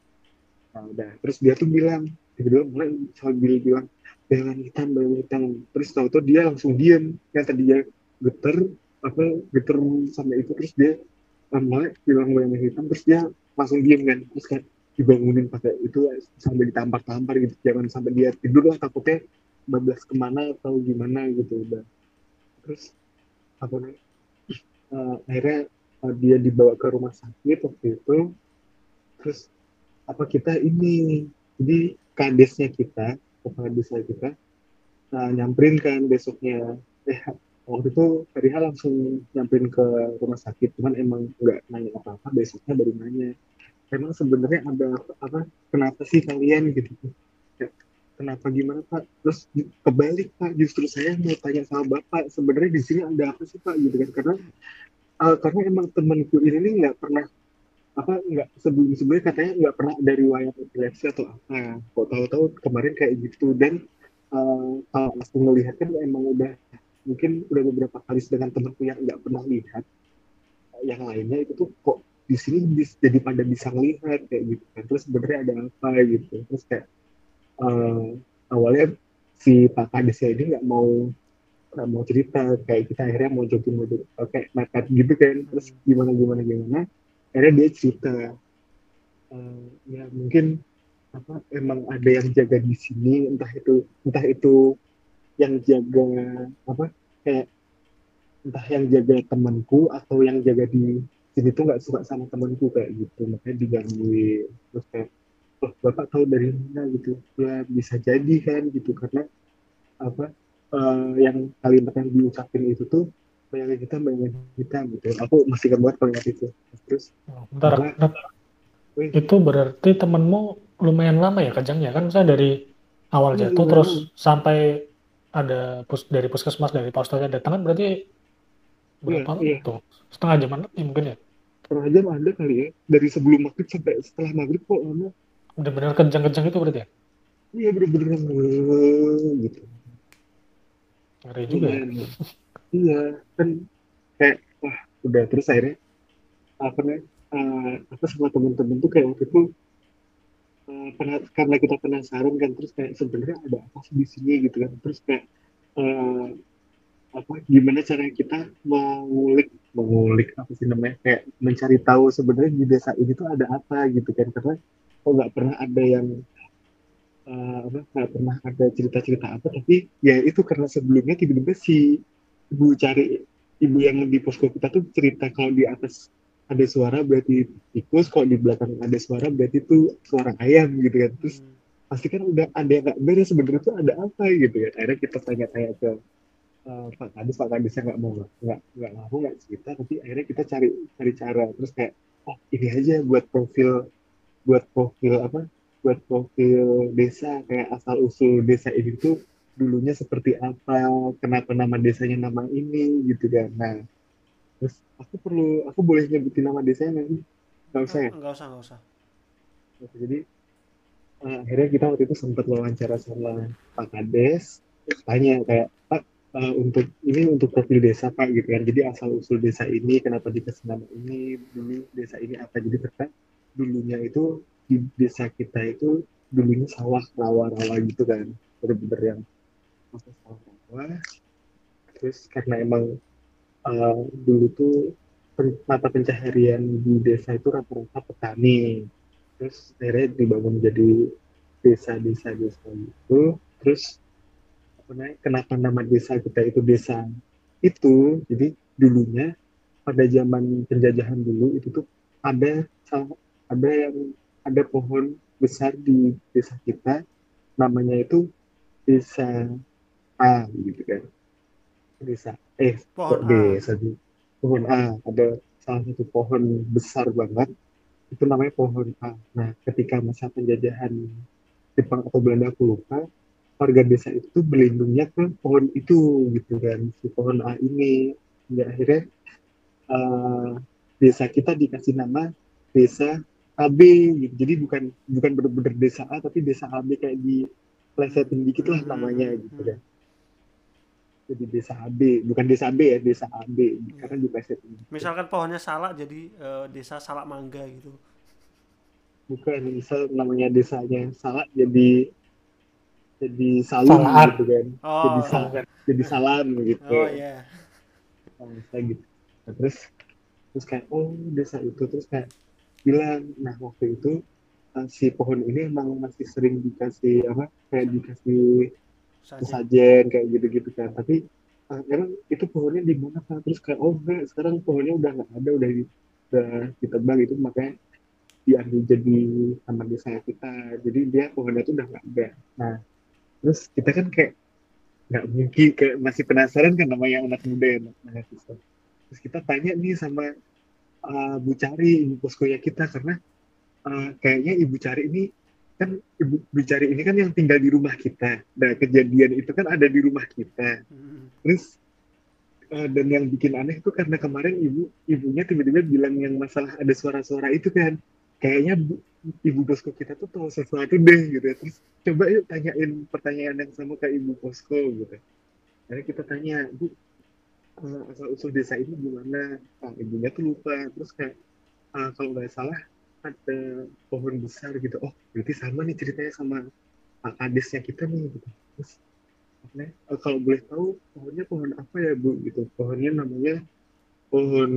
Nah udah, terus dia tuh bilang, tiba-tiba mulai sambil bilang bayangan hitam, bayangan hitam. Terus tahu-tahu dia langsung diem, yang tadi dia geter, apa geter sampai itu terus dia eh, mulai bilang bayangan hitam, terus dia langsung diem kan, terus kayak dibangunin pakai itu sampai ditampar-tampar gitu, jangan sampai dia tidur lah takutnya bablas kemana atau gimana gitu udah. Terus apa nih eh, akhirnya eh, dia dibawa ke rumah sakit waktu itu terus apa kita ini jadi kadesnya kita kepala desa kita eh, nyamperin kan besoknya eh waktu itu Feriha langsung nyamperin ke rumah sakit cuman emang nggak nanya apa-apa besoknya baru nanya emang sebenarnya ada apa kenapa sih kalian gitu ya, kenapa gimana Pak terus kebalik Pak justru saya mau tanya sama Bapak sebenarnya di sini ada apa sih Pak gitu kan karena eh, karena emang temanku ini nih nggak pernah apa nggak sebelum sebelumnya katanya nggak pernah ada riwayat epilepsi atau apa kok tahu-tahu kemarin kayak gitu dan eh, kalau aku melihat kan emang udah mungkin udah beberapa kali sedangkan temanku yang nggak pernah lihat yang lainnya itu tuh kok di sini bis- jadi pada bisa melihat kayak gitu kan terus sebenarnya ada apa gitu terus kayak eh, awalnya si Pak Kadesnya ini nggak mau nggak mau cerita kayak kita akhirnya mau jogging mau jogging kayak nekat gitu kan terus Hmm. gimana gimana gimana akhirnya dia cerita eh, ya mungkin apa emang ada yang jaga di sini entah itu entah itu yang jaga apa kayak entah yang jaga temanku atau yang jaga di sini tuh nggak suka sama temanku kayak gitu makanya digangguin terus kayak oh bapak tahu dari mana gitu ya bisa jadi kan gitu karena apa eh, yang kalimat yang diucapin itu tuh bayangan kita bayangan kita gitu aku masih ingat banget kalimat itu terus Oh, bentar, apa Rap. wih Itu berarti temenmu lumayan lama ya kejangnya kan saya dari awal iya jatuh lumayan terus lama sampai ada pus dari puskesmas dari Pak Ustaznya datang kan berarti iya berapa lama iya tuh? Setengah jaman lebih mungkin ya? setengah jam ada kali ya dari sebelum maghrib sampai setelah maghrib kok lama Bener-bener kejang-kejang itu berarti ya? iya bener-bener eh, gitu Ngeri juga ya? lumayan iya kan kayak wah udah terus akhirnya apa namanya eh, apa sama temen-temen tuh kayak waktu itu eh, pernah- karena kita penasaran kan terus kayak sebenarnya ada apa sih di sini gitu kan terus kayak eh, apa gimana cara kita mengulik mengulik apa sih namanya kayak mencari tahu sebenarnya di desa ini tuh ada apa gitu kan karena kok nggak pernah ada yang eh, apa nggak pernah ada cerita-cerita apa tapi ya itu karena sebelumnya tiba-tiba si ibu cari ibu yang di posko kita tuh cerita kalau di atas ada suara berarti tikus kalau di belakang ada suara berarti itu suara ayam gitu kan terus Hmm. pasti kan udah ada yang nggak beres sebenarnya tuh ada apa gitu kan akhirnya kita tanya-tanya ke eh, Pak Kadis Pak Kadisnya nggak mau nggak nggak mau nggak cerita tapi akhirnya kita cari cari cara terus kayak oh ini aja buat profil buat profil apa buat profil desa kayak asal usul desa ini tuh dulunya seperti apa kenapa nama desanya nama ini gitu kan nah terus aku perlu aku boleh nyebutin nama desanya nggak sih nggak usah Eh, ya nggak usah nggak usah. Oke, jadi Nah, akhirnya kita waktu itu sempat wawancara sama Pak Kades, terus tanya kayak Pak, eh, untuk ini untuk profil desa Pak gitu kan. Jadi asal usul desa ini kenapa dikasih nama ini, dulu desa ini apa. Jadi ternyata dulunya itu di desa kita itu dulunya sawah rawa-rawa gitu kan. Bener-bener yang apa sawah rawa. Terus karena emang eh, dulu tuh pen- mata pencaharian di desa itu rata-rata petani. Terus akhirnya dibangun jadi desa-desa desa itu. Terus apa namanya, kenapa nama desa kita itu desa itu? Jadi dulunya pada zaman penjajahan dulu itu tuh ada salah- ada yang ada pohon besar di desa kita, namanya itu desa A gitu kan. Desa eh kok Pohon A. desa sih, pohon A, ada salah satu pohon besar banget, itu namanya pohon A. Nah, ketika masa penjajahan Jepang atau Belanda aku lupa, warga desa itu tuh berlindungnya ke pohon itu gitu kan, si pohon A ini. Ya, akhirnya eh, desa kita dikasih nama desa A B gitu. Jadi bukan bukan bener-bener desa A tapi desa A B, kayak di Hmm, plesetin dikit hmm, lah hmm, namanya hmm, gitu hmm. kan. Jadi desa A B, bukan desa B ya, desa A B Iya. karena diplesetin dikit. Misalkan pohonnya salak jadi eh, desa salak mangga gitu. Bukan, misal namanya desanya salah jadi jadi salum Salaat. gitu kan, jadi Oh, sa Oh, kan. jadi salam gitu. oh ya. Nah, misalnya gitu. Nah, terus terus kayak oh desa itu, terus kayak bilang nah waktu itu eh, si pohon ini emang masih sering dikasih apa kayak dikasih Sajen. sesajen kayak gitu-gitu kan, tapi eh, emang itu pohonnya di mana Pak? Terus kayak oh enggak, sekarang pohonnya udah nggak ada, udah di, udah ditebang itu, makanya diambil jadi taman desa kita, jadi dia pohonnya itu udah nggak ada. Nah, terus kita kan kayak nggak mungkin, kayak masih penasaran kan namanya anak muda ya, anak mahasiswa. Terus kita tanya nih sama uh, Bu Cari, ibu poskonya kita, karena uh, kayaknya Ibu Cari ini kan Ibu Bu Cari ini kan yang tinggal di rumah kita. Nah, kejadian itu kan ada di rumah kita. Hmm. Terus uh, dan yang bikin aneh itu karena kemarin ibu ibunya tiba-tiba bilang yang masalah ada suara-suara itu kan. Kayaknya Bu, ibu posko kita tuh tahu sesuatu deh gitu. Terus coba yuk tanyain pertanyaan yang sama ke ibu posko gitu. Jadi kita tanya, Bu, eh, asal usul desa ini gimana? Ah, ibunya tuh lupa. Terus kayak ah, kalau nggak salah ada pohon besar gitu. Oh, berarti sama nih ceritanya sama ah, kadesnya kita nih gitu. Terus apa ya, eh, kalau boleh tahu pohonnya pohon apa ya Bu gitu. Pohonnya namanya pohon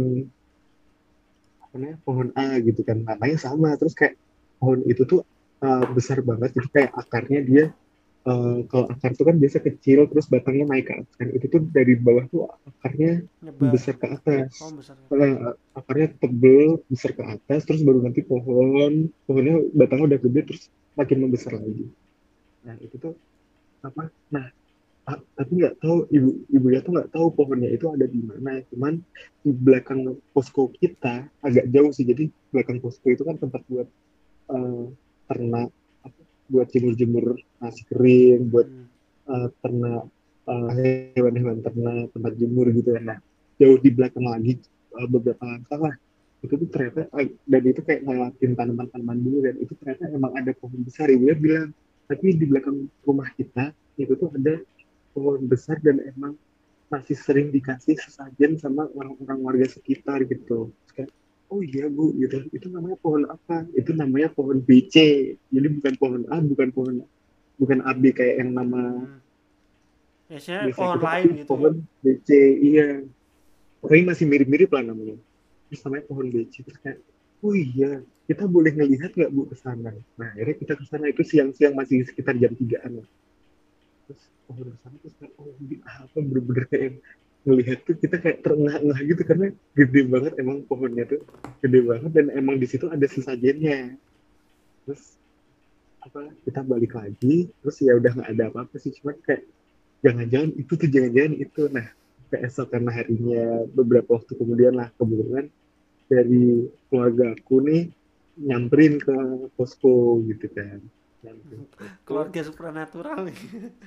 apa namanya? Pohon A gitu kan. Namanya sama. Terus kayak pohon itu tuh ah, besar banget. Jadi kayak akarnya dia eh, kalau akar itu kan biasa kecil terus batangnya naik ke atas kan, itu tuh dari bawah tuh akarnya Nyebar. besar ke atas. Oh, besar. Eh, akarnya tebel besar ke atas terus baru nanti pohon pohonnya batangnya udah gede terus makin membesar lagi. Nah itu tuh apa, nah ah, tapi nggak tahu ibu ibunya tuh nggak tahu pohonnya itu ada di mana, cuman di belakang posko kita agak jauh sih, jadi belakang posko itu kan tempat buat eh, ternak apa, buat jemur-jemur nasi kering, buat Hmm. eh, ternak eh, hewan-hewan ternak, tempat jemur gitu ya. Nah, jauh di belakang lagi eh, beberapa langkah lah. Itu tuh ternyata eh, dan itu kayak ngelewatin tanaman-tanaman dulu, dan itu ternyata emang ada pohon besar. Ibunya bilang, tapi di belakang rumah kita itu tuh ada pohon besar dan emang masih sering dikasih sesajen sama orang-orang warga sekitar gitu. Terus kayak, oh iya Bu, gitu. Itu namanya pohon apa? Itu namanya pohon B C. Jadi bukan pohon A, bukan pohon bukan A B kayak yang nama Hmm. Biasanya desa pohon kita, lain tapi gitu ya. pohon B C. Iya, pokoknya masih mirip-mirip lah namanya. Terus namanya pohon B C. Terus kayak, oh iya, kita boleh ngelihat nggak Bu ke sana? Nah, akhirnya kita ke sana itu siang-siang masih sekitar jam tigaan lah. Terus pohon ke sana terus kayak, oh ini apa, bener-bener kayak ngelihat tuh kita kayak terengah-engah gitu karena gede banget emang pohonnya tuh, gede banget, dan emang di situ ada sesajennya. Terus apa, kita balik lagi terus ya udah nggak ada apa-apa sih, cuman kayak jangan-jangan itu tuh, jangan-jangan itu. Nah, keesokan harinya beberapa waktu kemudian lah kebetulan dari keluarga aku nih nyamperin ke posko gitu kan, nyamperin ke posko. Keluarga supranatural nih.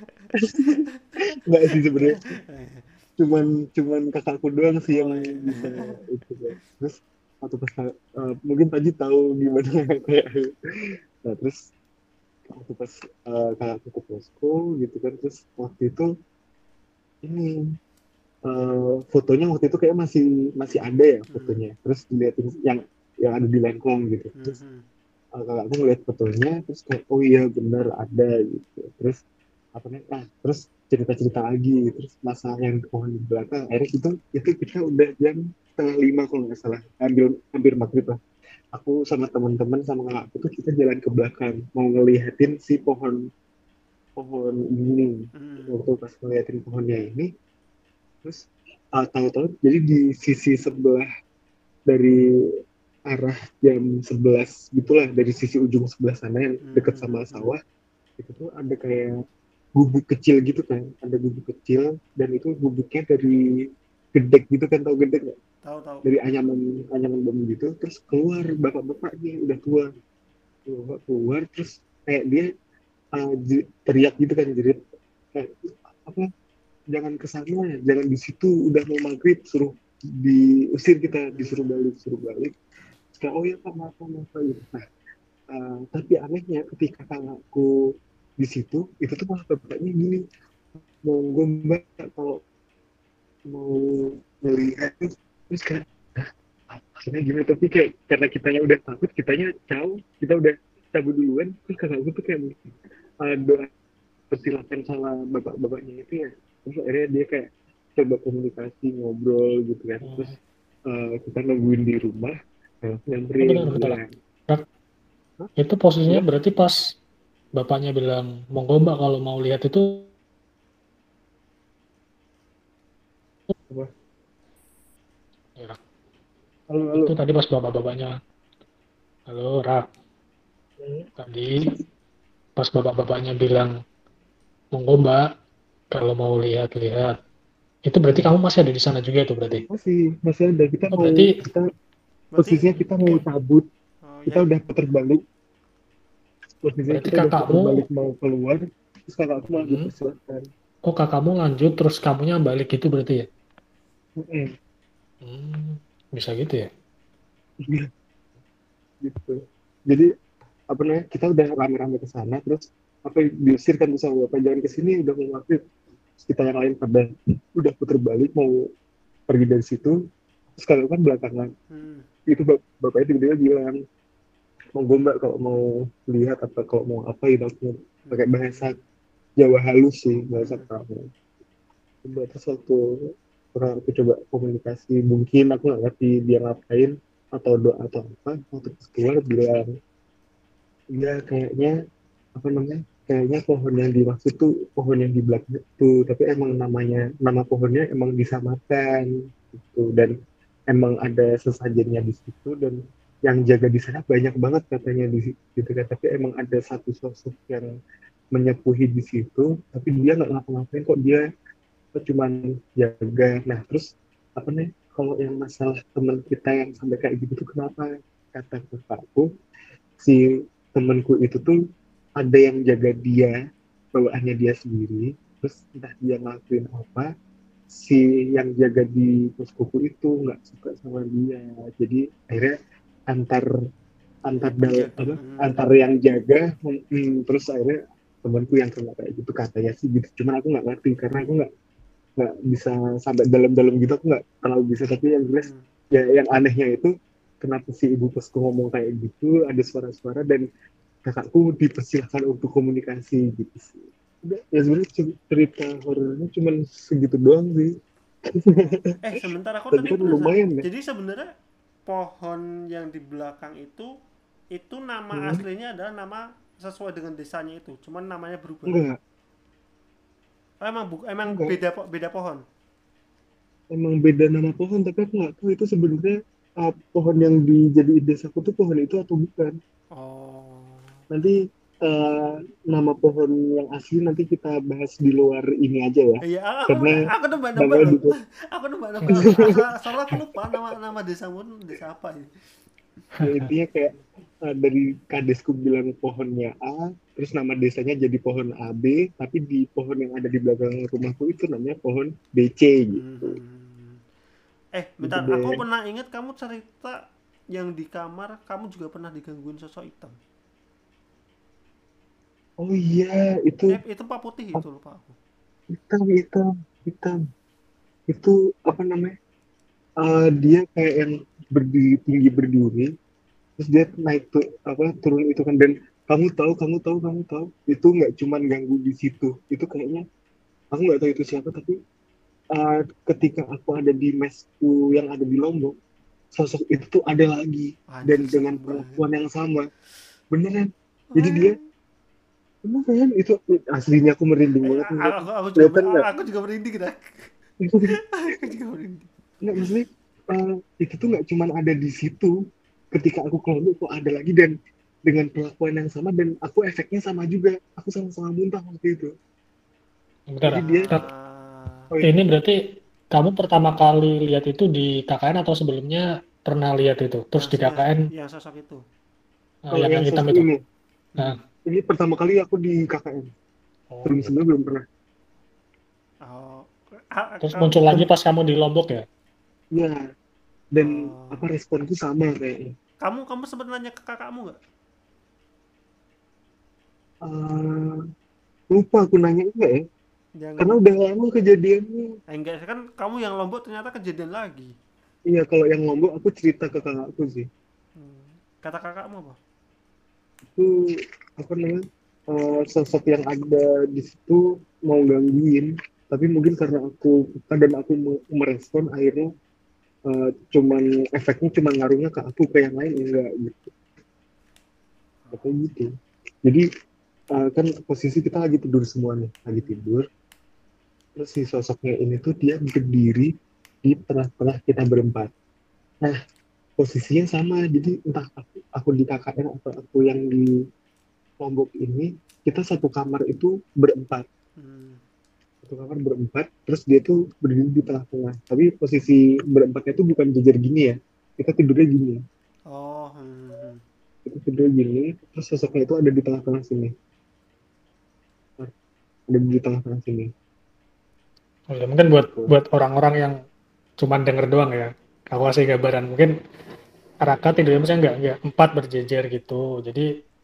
Nggak sih sebenarnya, cuman cuman kakakku doang sih yang Oh iya. bisa itu kan. Terus waktu pas eh, mungkin Panji tahu gimana kayak, nah terus waktu pas eh, kakakku ke posko gitu kan, terus waktu itu ini eh, fotonya waktu itu kayak masih masih ada ya Hmm. fotonya, terus dilihatin yang yang ada di Lengkong gitu, Hmm. terus Hmm. uh, kakakku ngeliat fotonya terus kayak oh iya bener ada gitu, terus apa nih ah terus cerita-cerita lagi, terus masalah yang di pohon di belakang akhirnya itu itu kita udah jam setengah lima kalau nggak salah, hampir hampir maghrib lah, aku sama teman-teman sama kakakku tuh kita jalan ke belakang mau ngeliatin si pohon pohon ini, Hmm. waktu pas ngeliatin pohonnya ini terus uh, tahu-tahu jadi di sisi sebelah dari arah jam sebelas gitulah, dari sisi ujung sebelah sana yang Hmm. deket Hmm. sama Hmm. sawah itu tuh ada kayak gubuk kecil gitu kan, ada gubuk kecil dan itu gubuknya dari gedek gitu kan, tau gedek nggak, Tahu tahu. dari anyaman anyaman bambu gitu, terus keluar bapak-bapak nih udah tua, bapak keluar terus kayak dia uh, j- teriak gitu kan, jerit kayak apa, jangan ke sana, jangan di situ, udah mau maghrib, suruh diusir, kita disuruh Hmm. balik, suruh balik. Terus oh ya pak maaf Pak, maaf Pak, gitu. Nah, uh, tapi anehnya ketika kakakku di situ itu tuh malah bapaknya gini, mau gue mbak kalau mau melihat tuh, terus kayak "Ah, maksudnya gimana, tapi kayak karena kitanya udah takut, kitanya jauh, kita udah cabut duluan, terus kakakku tuh kayak uh, doa persilakan sama bapak-bapaknya itu ya, terus akhirnya dia kayak coba komunikasi ngobrol gitu kan, terus Hmm. uh, kita nungguin di rumah, uh, Oh, nyamperin benar betul lah. bilang Rak, Hah? itu posisinya Gimana? berarti pas bapaknya bilang monggo mbak kalau mau lihat itu, Apa? ya, Rak. Halo, Itu halo. tadi pas bapak-bapaknya, halo Rak, Hmm, tadi pas bapak-bapaknya bilang monggo mbak kalau mau lihat-lihat, itu berarti kamu masih ada di sana juga itu berarti. masih masih ada, kita Oh mau berarti, kita Berarti posisinya kita mau oke, cabut, oh, kita yang udah putar balik, posisinya berarti kita udah putar kakakmu, balik mau keluar, terus kakakku malah hmm, dipersilakan. oh kakakmu lanjut terus kamunya balik gitu berarti ya? Hmm, Hmm, bisa gitu ya? iya, gitu. Jadi apa namanya, kita udah rame-rame ke sana, terus apa diusir kan tuh sama bapak, jangan ke sini udah mau maghrib. Terus kita yang lain pada udah putar balik mau pergi dari situ, terus kalau kan belakangan hmm. itu bap bapaknya tiba-tiba bilang mau gombak kalau mau lihat apa kalau mau apa gitu, aku pakai bahasa Hmm. Jawa halus sih, bahasa Hmm. kamu. Coba terus waktu orang aku coba komunikasi, mungkin aku nggak ngerti dia ngapain atau doa atau apa, waktu pas keluar bilang ya kayaknya apa namanya, kayaknya pohon yang dimaksud tuh pohon yang di belakang itu, tapi emang namanya nama pohonnya emang disamarkan gitu, dan emang ada sesajennya di situ, dan yang jaga di sana banyak banget katanya di situ gitu kan, tapi emang ada satu sosok yang menyepuhi di situ, tapi dia nggak ngapa-ngapain kok, dia cuman jaga. Nah terus apa nih, kalau yang masalah teman kita yang sampai kayak gitu tuh kenapa, kata kakakku, si temanku itu tuh ada yang jaga dia, bawaannya dia sendiri, terus entah dia ngelakuin apa, si yang jaga di poskoku itu nggak suka sama dia, jadi akhirnya antar antar dal, Penjaga. apa Hmm. antar yang jaga, hmm, terus akhirnya temanku yang kena kayak gitu katanya sih gitu, cuman aku nggak ngerti karena aku nggak nggak bisa sampai dalam-dalam gitu, aku nggak terlalu bisa, tapi yang jelas Hmm. ya yang anehnya itu kenapa si ibu kosku ngomong kayak gitu, ada suara-suara dan kakakku dipersilahkan untuk komunikasi gitu sih. Udah, ya sebenarnya cerita horornya cuma segitu doang sih. Oh. Eh, sebentar aku Tapi tadi kan penasaran. lumayan ya. Jadi sebenarnya pohon yang di belakang itu itu nama Hmm, aslinya adalah nama sesuai dengan desanya itu. Cuman namanya berubah. enggak, Oh, emang bu, emang enggak. beda po- beda pohon. Emang beda nama pohon, tapi aku nggak tahu itu sebenarnya uh, pohon yang dijadiin desaku tuh pohon itu atau bukan. Oh. Nanti uh, nama pohon yang asli nanti kita bahas di luar ini aja ya. Iya, aku Karena aku nembak-nembak namanya loh. di Aku nembak-nembak. Asal, soalnya aku lupa nama nama desamu desa apa ini. ya intinya kayak uh, dari kadesku bilang pohonnya A, terus nama desanya jadi pohon A B, tapi di pohon yang ada di belakang rumahku itu namanya pohon B C gitu. Hmm. Eh, Gitu bentar. Aku deh. pernah ingat kamu cerita yang di kamar kamu juga pernah digangguin sosok hitam. Oh iya, itu Eh, itu Pak Putih itu lupa aku. hitam, hitam, hitam. Itu apa namanya? Eh, dia kayak yang berdiri tinggi berdiri, terus dia naik tuh apa turun itu kan, dan kamu tahu, kamu tahu, kamu tahu, itu nggak cuman ganggu di situ. Itu kayaknya aku nggak tahu itu siapa, tapi eh, ketika aku ada di mesku yang ada di Lombok, sosok itu tuh ada lagi Anjir dan dengan serem banget. perlakuan yang sama. Beneran. Jadi dia Wah. beneran itu aslinya aku merinding Eh, banget a- ngeliatnya. aku aku juga Kelihatan nggak? aku juga merinding dah. Aku juga merinding. Nggak maksudnya eh, itu tuh nggak cuman ada di situ. Ketika aku ke Lombok kok ada lagi dan dengan perlakuan yang sama dan aku efeknya sama juga. Aku sama-sama muntah waktu itu. Jadi Bentar, dia, Kak, Ah, oh ini berarti kamu pertama kali lihat itu di K K N atau sebelumnya pernah lihat itu? Terus yang di yang K K N yang sosok itu. eh, kalau yang yang yang hitam sosok itu? ini, Nah, Hmm. ini pertama kali aku di K K N. oh Sebelum gitu. sebelumnya belum pernah. Oh, ah, Terus ah, muncul lagi Kan, pas kamu di Lombok ya? ya, dan oh. apa responku sama kayaknya. Kamu kamu sempat nanya ke kakakmu nggak? Eh, lupa aku nanya enggak ya? Karena Jangan. udah lama kejadiannya. Eh, enggak kan kamu yang Lombok ternyata kejadian lagi. Iya, kalau yang Lombok aku cerita ke kakakku sih. Hmm. Kata kakakmu apa? Itu apa namanya? Eh, sosok yang ada di situ mau gangguin, tapi mungkin karena aku peka dan aku me- merespon akhirnya eh, cuman efeknya cuma ngaruhnya ke aku, ke yang lain enggak gitu. Katanya gitu. Jadi eh, kan posisi kita lagi tidur semua nih, lagi tidur. Terus si sosoknya ini tuh dia berdiri di tengah-tengah kita berempat. Nah, posisinya sama. Jadi entah aku, aku di K K N atau aku yang di Lombok ini, kita satu kamar itu berempat. Hmm. Satu kamar berempat, terus dia tuh berdiri di tengah-tengah. Tapi posisi berempatnya tuh bukan jejer gini ya. Kita tidurnya gini. Oh, hmm. Hmm. Kita tidur gini, terus sosoknya itu ada di tengah-tengah sini. Ada di tengah-tengah sini. Oh, ya, mungkin buat Gitu. buat orang-orang yang cuman denger doang ya. Aku kasih gambaran. Mungkin Raka tidurnya misalnya nggak nggak empat berjejer gitu. Jadi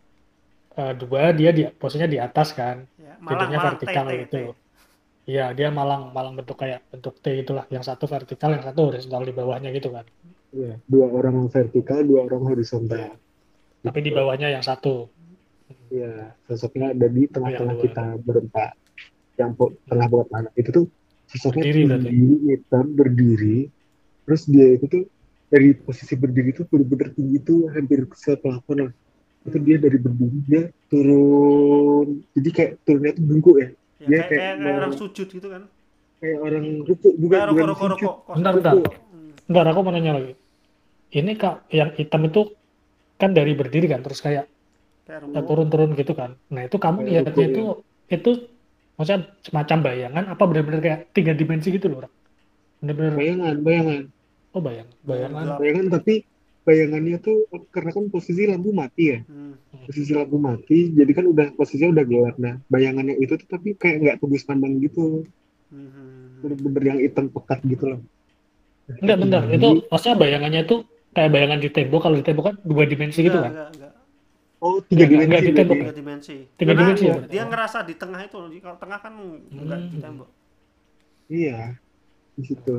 eh, dua dia di posisinya di atas kan. Ya, Malang Tidurnya Malang T vertikal T T. gitu. Iya, dia malang malang bentuk kayak bentuk T itulah. Yang satu vertikal, yang satu horizontal di bawahnya gitu kan. Ya, dua orang vertikal, dua orang horizontal. Tapi di Gitu. bawahnya yang satu. Ya, sosoknya ada di Oh, yang tengah-tengah dua. kita berempat. Yang po- tengah Hmm. buat anak. Itu tuh sosoknya Berdiri berarti. tinggi, hitam, berdiri. Terus dia itu tuh dari posisi berdiri tuh bener-bener tinggi tuh hampir ke plafon lah. Itu dia Hmm. dari berdiri dia turun. Jadi kayak turunnya tuh bungkuk ya. Ya Dia kayak kayak kayak kayak orang mau sujud gitu kan. kayak orang ruku, bukan Kayak bukan rokok-rokok sujud, rokok kok Bentar, rokok bentar. ruku. rokok. Hmm. Bentar, aku mau nanya lagi. Ini Kak, yang hitam itu kan dari berdiri kan, terus kayak Kayak eh, rokok. turun-turun gitu kan. Nah, itu kamu Kayak ruku lihatnya itu ya. itu maksudnya semacam bayangan apa benar-benar kayak tiga dimensi gitu loh, Rak? Bener-bener, Bayangan, bayangan, oh bayang, Bayangan bayangan. gelap. bayangan, tapi bayangannya tuh karena kan posisi lampu mati ya. Hmm. Hmm. Posisi lampu mati, jadi kan udah posisinya udah gelap. Nah, bayangannya itu tuh tapi kayak nggak tembus pandang gitu. Hmm. Hmm. Bener-bener yang hitam pekat gitu loh. Nah, Enggak, bentar. Itu tinggi. maksudnya bayangannya itu kayak bayangan di tembok. Kalau di tembok kan dua dimensi gitu Enggak, kan? enggak, enggak. Oh, tiga Enggak, enggak, enggak dimensi di berarti. tembok ya? Tiga dimensi. Tiga Karena dimensi ya berarti? dia Oh. ngerasa di tengah itu. Kalau tengah kan enggak di Hmm. tembok. Iya, di situ.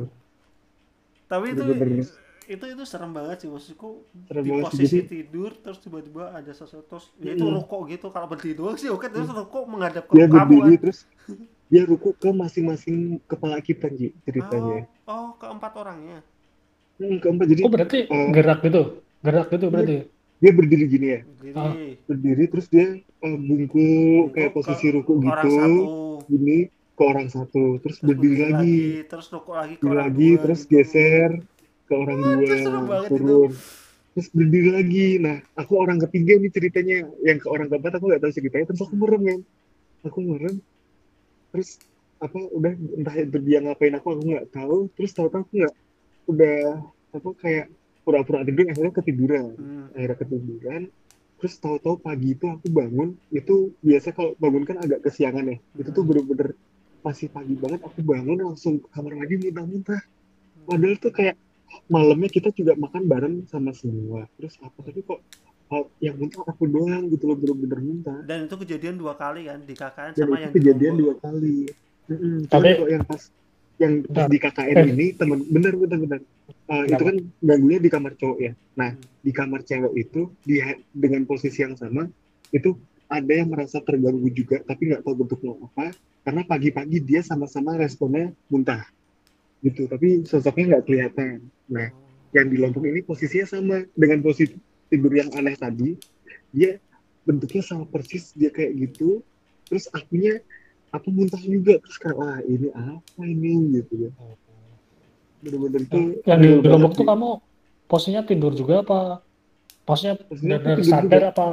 Tapi itu Bener-bener itu itu serem banget sih maksudku, serem di banget sih. Jadi, posisi tidur terus tiba-tiba ada sesuatu terus ya itu mm, rokok gitu. Kalau berdiri doang sih oke, terus mm. rokok menghadap ke Dia kamu kan. berdiri terus dia ruku ke masing-masing kepala kita, Ji, Oh, ceritanya. oh keempat orangnya. Hmm, keempat, jadi Oh, berarti eh, gerak gitu? Gerak gitu iya, berarti? dia berdiri gini ya. Ah, Berdiri, Berdiri terus dia eh, bungkuk kayak bungkuk ke posisi ruku orang gitu, satu, gini ke orang satu, terus terus berdiri berdiri lagi, lagi, terus rokok lagi ke berdiri orang lagi, dua terus gitu. geser ke orang Wah, dua, itu serem banget itu. turun, terus berdiri lagi. Nah, aku orang ketiga nih ceritanya, yang ke orang keempat aku nggak tahu ceritanya, terus aku Hmm. merem kan, aku merem, terus apa udah entah itu dia ngapain aku aku nggak tahu, terus tahu-tahu aku nggak udah apa kayak pura-pura tidur akhirnya ketiduran, Hmm. akhirnya ketiduran. Terus tahu-tahu pagi itu aku bangun, itu biasa kalau bangun kan agak kesiangan ya, itu tuh Hmm. bener-bener masih pagi banget. Aku bangun langsung ke kamar mandi muntah-muntah, padahal tuh kayak malamnya kita juga makan bareng sama semua, terus apa tapi kok kalau yang muntah aku doang gitu loh, bener-bener muntah. Dan itu kejadian dua kali kan di K K N Dan sama itu yang di kejadian dua Lombok. kali. Mm-mm. Cuman Tapi kalau yang pas yang pas bentar. di K K N Eh, ini temen bener bener bener. Eh, itu kenapa? kan ganggunya di kamar cowok ya. Nah Hmm. di kamar cewek itu di dengan posisi yang sama itu ada yang merasa terganggu juga tapi nggak tahu bentuknya apa karena pagi-pagi dia sama-sama responnya muntah gitu tapi sosoknya nggak kelihatan. Nah Oh. yang di Lombok ini posisinya sama dengan posisi tidur yang aneh tadi, dia bentuknya sama persis dia kayak gitu, terus akunya aku muntah juga terus kayak wah ini apa ini gitu ya, bener-bener itu Yang, yang di real banget Lombok tuh sih. kamu posisinya tidur juga apa? Posisinya Maksudnya aku benar-benar tidur juga. sadar apa?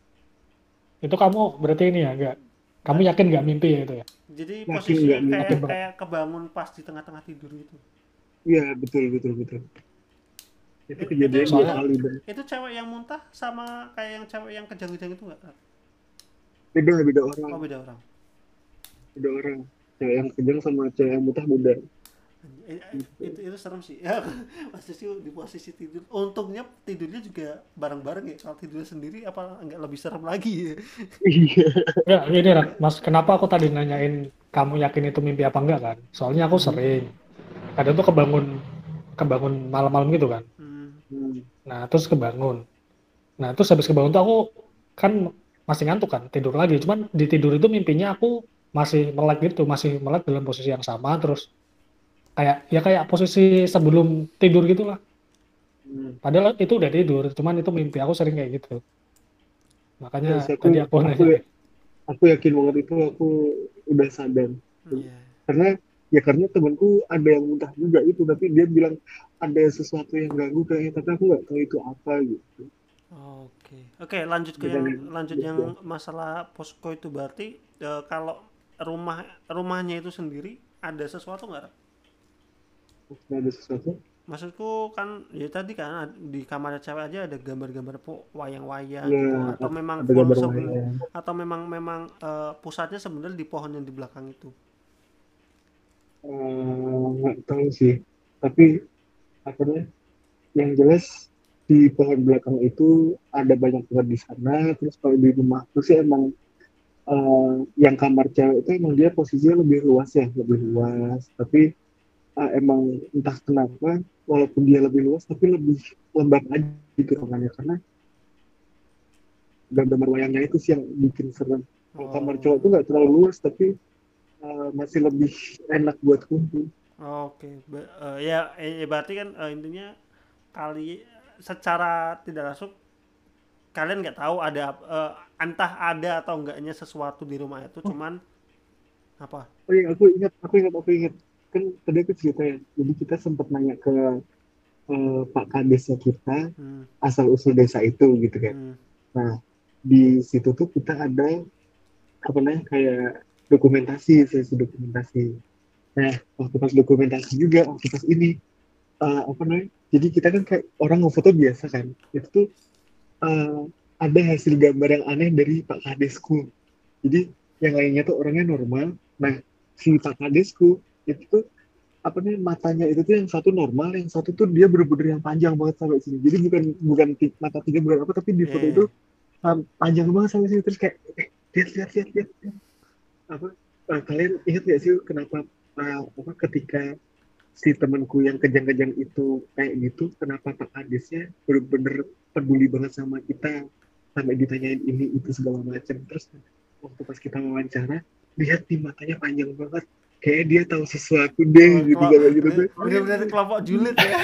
Itu kamu berarti ini ya, enggak? Kamu Ba- yakin nggak mimpi ya itu ya? Jadi Yakin nggak posisinya kayak Yakin mimpi. banget. kayak kebangun pas di tengah-tengah tidur gitu. Iya betul betul betul, itu I- itu kejadian dua Soalnya kali dan itu cewek yang muntah sama kayak yang cewek yang kejang-kejang itu nggak? beda beda orang Oh, beda orang. beda orang cewek yang kejang sama cewek yang mutah beda Eh, eh, gitu. itu itu serem sih ya. Masih sih di posisi tidur, untungnya tidurnya juga bareng-bareng ya. Kalau tidurnya sendiri apa nggak lebih serem lagi ya. Iya. ya ini Ran, Mas, kenapa aku tadi nanyain kamu yakin itu mimpi apa enggak kan? Soalnya aku Mhm. sering kadang tuh kebangun kebangun malam-malam gitu kan. Hmm. Hmm. Nah, terus kebangun. Nah, terus habis kebangun tuh aku kan masih ngantuk kan, tidur lagi. Cuman di tidur itu mimpinya aku masih melek gitu, masih melek dalam posisi yang sama terus kayak ya kayak posisi sebelum tidur gitulah. Hmm. Padahal itu udah tidur, cuman itu mimpi aku sering kayak gitu. Makanya Nggak sih, aku tadi aku aku nanya. aku yakin banget itu aku udah sadar. Iya. Karena ya karena temanku ada yang muntah juga itu tapi dia bilang ada sesuatu yang ganggu kayaknya tapi aku nggak tahu itu apa gitu. Oke. Oke, lanjut ke yang Dengan lanjut yang ya, masalah posko itu berarti eh, kalau rumah rumahnya itu sendiri ada sesuatu nggak? Ra? ada sesuatu. Maksudku kan ya tadi kan ad- di kamar cewek aja ada gambar-gambar po wayang-wayang Ya gitu atau memang ada full gambar seben wayang. atau memang memang eh, pusatnya sebenarnya di pohon yang di belakang itu. Eh, nggak tahu sih. Tapi apa namanya? Yang jelas di pohon belakang itu ada banyak banget di sana. Terus kalau di rumah itu sih emang eh, yang kamar cewek itu emang dia posisinya lebih luas ya, lebih Hmm. luas. Tapi ah, emang entah kenapa walaupun dia lebih luas tapi lebih lembab aja gitu ruangannya karena gambar wayangnya itu sih yang bikin serem. Kalau kamar cowok tuh Oh. nggak terlalu luas tapi uh, masih lebih enak buat kumpul. Oke. Ba- eh, ya, eh, ya berarti kan eh, intinya kali secara tidak langsung kalian nggak tahu ada eh, entah ada atau enggaknya sesuatu di rumah itu Oh, cuman apa? oh iya, aku ingat, aku ingat, aku ingat. Kan tadi aku cerita ya, jadi kita sempat nanya ke uh, Pak Kadesnya kita, Hmm. asal-usul desa itu gitu kan. Hmm. Nah, di situ tuh kita ada, apa namanya, kayak dokumentasi, sesi dokumentasi. Nah, waktu pas dokumentasi juga, waktu pas ini, uh, apa namanya, jadi kita kan kayak orang ngefoto biasa kan. Itu tuh uh, ada hasil gambar yang aneh dari Pak Kadesku. Jadi yang lainnya tuh orangnya normal. Nah, si Pak Kadesku itu tuh apa nih matanya itu tuh yang satu normal, yang satu tuh dia bener-bener yang panjang banget sampai sini. Jadi bukan bukan ti- mata tiga bukan apa, tapi di Iya. foto Yeah. itu um, panjang banget sampai sini. Terus kayak eh, lihat lihat lihat lihat lihat. Apa uh, kalian ingat gak sih kenapa uh, apa ketika si temanku yang kejang-kejang itu kayak gitu, kenapa Pak Kadesnya bener-bener peduli banget sama kita sampai ditanyain ini itu segala macam. Terus waktu pas kita wawancara lihat di matanya panjang banget kayak dia tahu sesuatu deh Oh, gitu kelo- sama gitu tuh. bener-bener kelompok julid ya.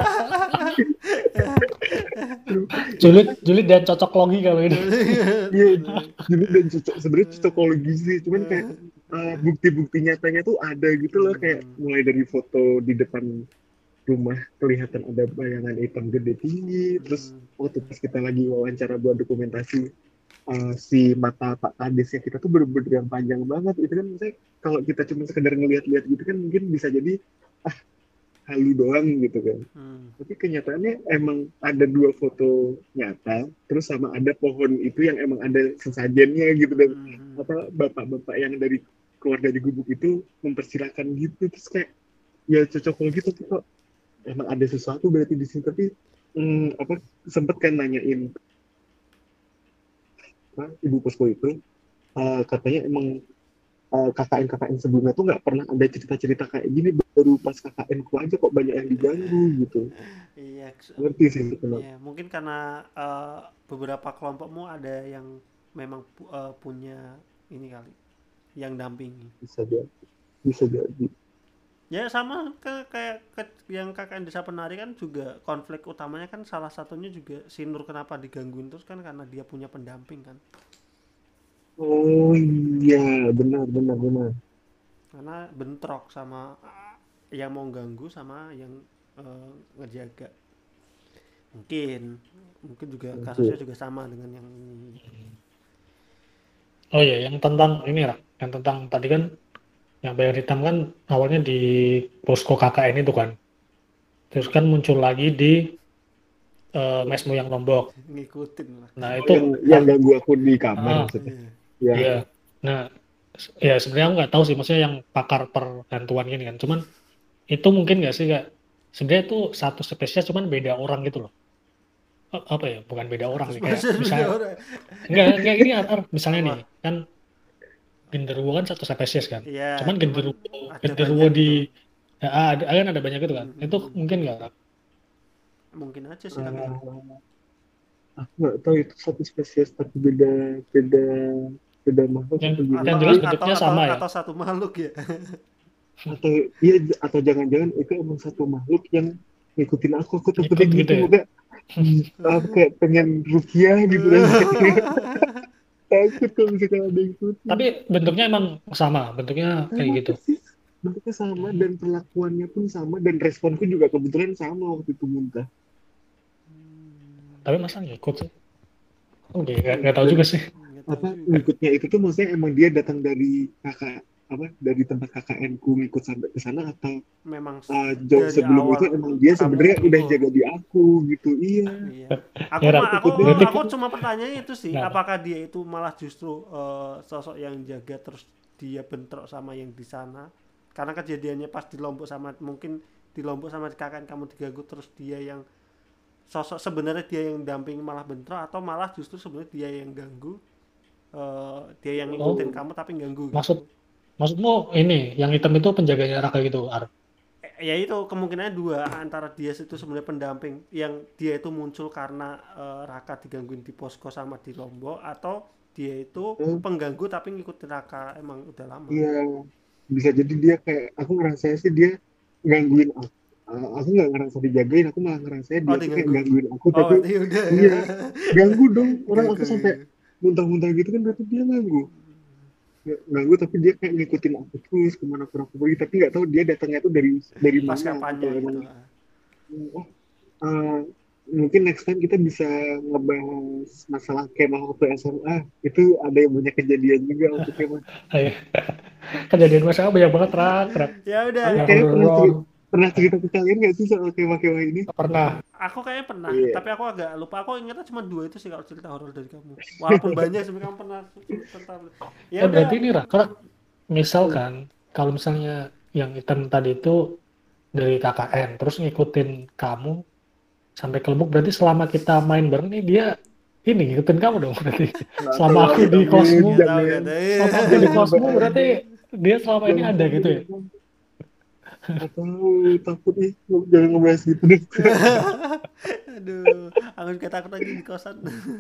Julid, julid dan cocok logi kalau ini. Iya, jadi dan cocok sebenarnya cocokologi sih, cuman kayak uh, bukti-bukti nyatanya tuh ada gitu loh, kayak Hmm. mulai dari foto di depan rumah kelihatan ada bayangan hitam gede tinggi, terus Hmm. waktu pas kita lagi wawancara buat dokumentasi uh, si mata Pak Kadesnya kita tuh bener-bener yang panjang banget itu kan, misalnya kalau kita cuma sekedar ngeliat-liat gitu kan mungkin bisa jadi ah halu doang gitu kan, Hmm. tapi kenyataannya emang ada dua foto nyata terus sama ada pohon itu yang emang ada sesajennya gitu, dan Hmm. apa bapak-bapak yang dari keluar dari gubuk itu mempersilahkan gitu, terus kayak ya cocok gitu tuh kok emang ada sesuatu berarti di sini. Tapi hmm, apa sempet kan nanyain apa, ibu posko itu eh, katanya emang eh, K K N-K K N sebelumnya tuh nggak pernah ada cerita-cerita kayak gini, baru pas K K N-ku aja kok banyak yang diganggu gitu. Iya, Ngerti sih itu kenapa. ya mungkin karena eh, beberapa kelompokmu ada yang memang pu- eh, punya ini kali, yang dampingi. Bisa jadi, bisa jadi. Ya sama ke kayak ke- yang K K N Desa Penari kan juga konflik utamanya kan salah satunya juga si Nur kenapa digangguin terus kan karena dia punya pendamping kan. Oh iya, benar benar benar. Karena bentrok sama ah, yang mau ganggu sama yang eh, ngejaga. Mungkin mungkin juga kasusnya Oke. juga sama dengan yang ini. Oh iya, yang tentang ini lah, yang tentang tadi kan yang bayar hitam kan awalnya di posko K K N itu kan, terus kan muncul lagi di eh, Mesmu yang Lombok. Ngikutin lah. Nah Oh, itu yang yang hal, ganggu aku di kamar ah, maksudnya. Iya. Ya. iya. Nah s- ya sebenarnya aku nggak tahu sih, maksudnya yang pakar perhantuan gini kan, cuman itu mungkin nggak sih kak? Sebenarnya itu satu spesies cuman beda orang gitu loh. A- Apa ya? Bukan beda orang Satu sih, kayak spesies beda misalnya orang. enggak enggak gini Ar, Ar. Misalnya nih Apa? kan genderuwo kan satu spesies kan. Iya, Cuman cuman genderuwo ada genderuwo banyak di gitu. ya, ada kan ada banyak itu kan. Itu Mm-mm. mungkin nggak Kak? Mungkin aja sih tapi ya. Eh, aku nggak tahu itu satu spesies tapi beda beda beda makhluk Yang atau yang Atau gimana. jelas Tapi atau bentuknya atau sama ya. atau satu makhluk ya. atau iya atau jangan-jangan itu emang satu makhluk yang ngikutin aku aku takutnya Ikut gitu gitu ya. makanya hmm, aku kayak pengen rukiah gitu rasanya. Takut kalau misalkan ada yang ikutin. Tapi bentuknya emang sama, bentuknya kayak Sama gitu. persis, bentuknya sama dan perlakuannya pun sama dan responku juga kebetulan sama waktu itu muntah. Tapi masa ngikut sih? Oke, nggak nggak tahu Dan juga sih. Nggak tahu apa juga. ngikutnya itu tuh maksudnya emang dia datang dari kakak apa dari tempat K K N ku ngikut sampai ke sana atau Memang uh, jauh dari sebelum itu awal emang dia kamu sebenarnya udah ngikut. jaga di aku gitu. Iya, Iya. Aku Ya, Rat. mah aku aku takutnya Berarti aku kan, cuma pertanyaannya itu sih, kenapa? apakah dia itu malah justru eh, sosok yang jaga terus dia bentrok sama yang di sana? Karena kejadiannya pas di Lombok sama mungkin di Lombok sama di K K N kamu diganggu terus dia yang sosok sebenarnya dia yang damping malah bentrok atau malah justru sebenarnya dia yang ganggu eh, dia yang ngikutin Oh, kamu tapi ganggu maksud gitu. maksudmu ini yang hitam itu penjaganya Raka gitu, Ar? Eh, ya itu kemungkinannya dua antara dia itu sebenarnya pendamping yang dia itu muncul karena eh, Raka digangguin di posko sama di Lombok atau dia itu oh, pengganggu tapi ngikutin Raka emang udah lama. iya bisa jadi dia kayak aku ngerasa sih dia gangguin aku. Uh, aku nggak ngerasa dijagain, aku malah ngerasa Oh dia tuh kayak diganggu. gangguin aku Oh tapi berarti udah ya. iya ganggu dong orang Ganggu aku sampai ganggu. muntah-muntah gitu kan berarti dia ganggu. Nggak ganggu tapi dia kayak ngikutin aku terus kemana pun aku pergi tapi nggak tahu dia datangnya tuh dari dari Pas mana atau kapannya emang gitu. oh eh, mungkin next time kita bisa ngebahas masalah kemah waktu S M A itu ada yang banyak kejadian juga waktu kemah. Ayo. Kejadian masalah banyak banget, Rak. Rak. Ya udah, Kamu Yang kayak pernah horor cerita, pernah cerita ke kalian nggak sih soal kemah-kemah ini? pernah. aku kayaknya pernah, Iya. tapi aku agak lupa. Aku ingatnya cuma dua itu sih kalau cerita horor dari kamu. Walaupun banyak sebenarnya kamu pernah cerita. Ya Eh udah. berarti ini Rak, Rak, misalkan kalau misalnya yang hitam tadi itu dari K K N terus ngikutin kamu sampai ke Lombok, berarti selama kita main bareng nih dia ini ngikutin kamu dong berarti. Nggak Selama tahu, aku amit di amit, kosmu, Nggak tahu jangan nggak tahu. selama aku di jangan kosmu sampai berarti ada, dia selama ini jangan ada sampai gitu ya. ada. Atau takut ih, jangan ngebahas gitu deh. Aduh, aku juga takut lagi di kosan.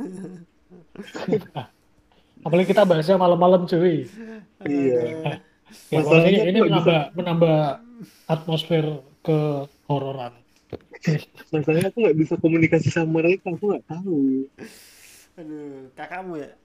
Apalagi kita bahasnya malam-malam cuy. Iya. Aduh. Ya pokoknya Masalahnya aku ini nggak bisa, menambah menambah atmosfer kehororan. masalahnya aku nggak bisa komunikasi sama mereka, aku nggak tahu. Aduh, kakakmu ya.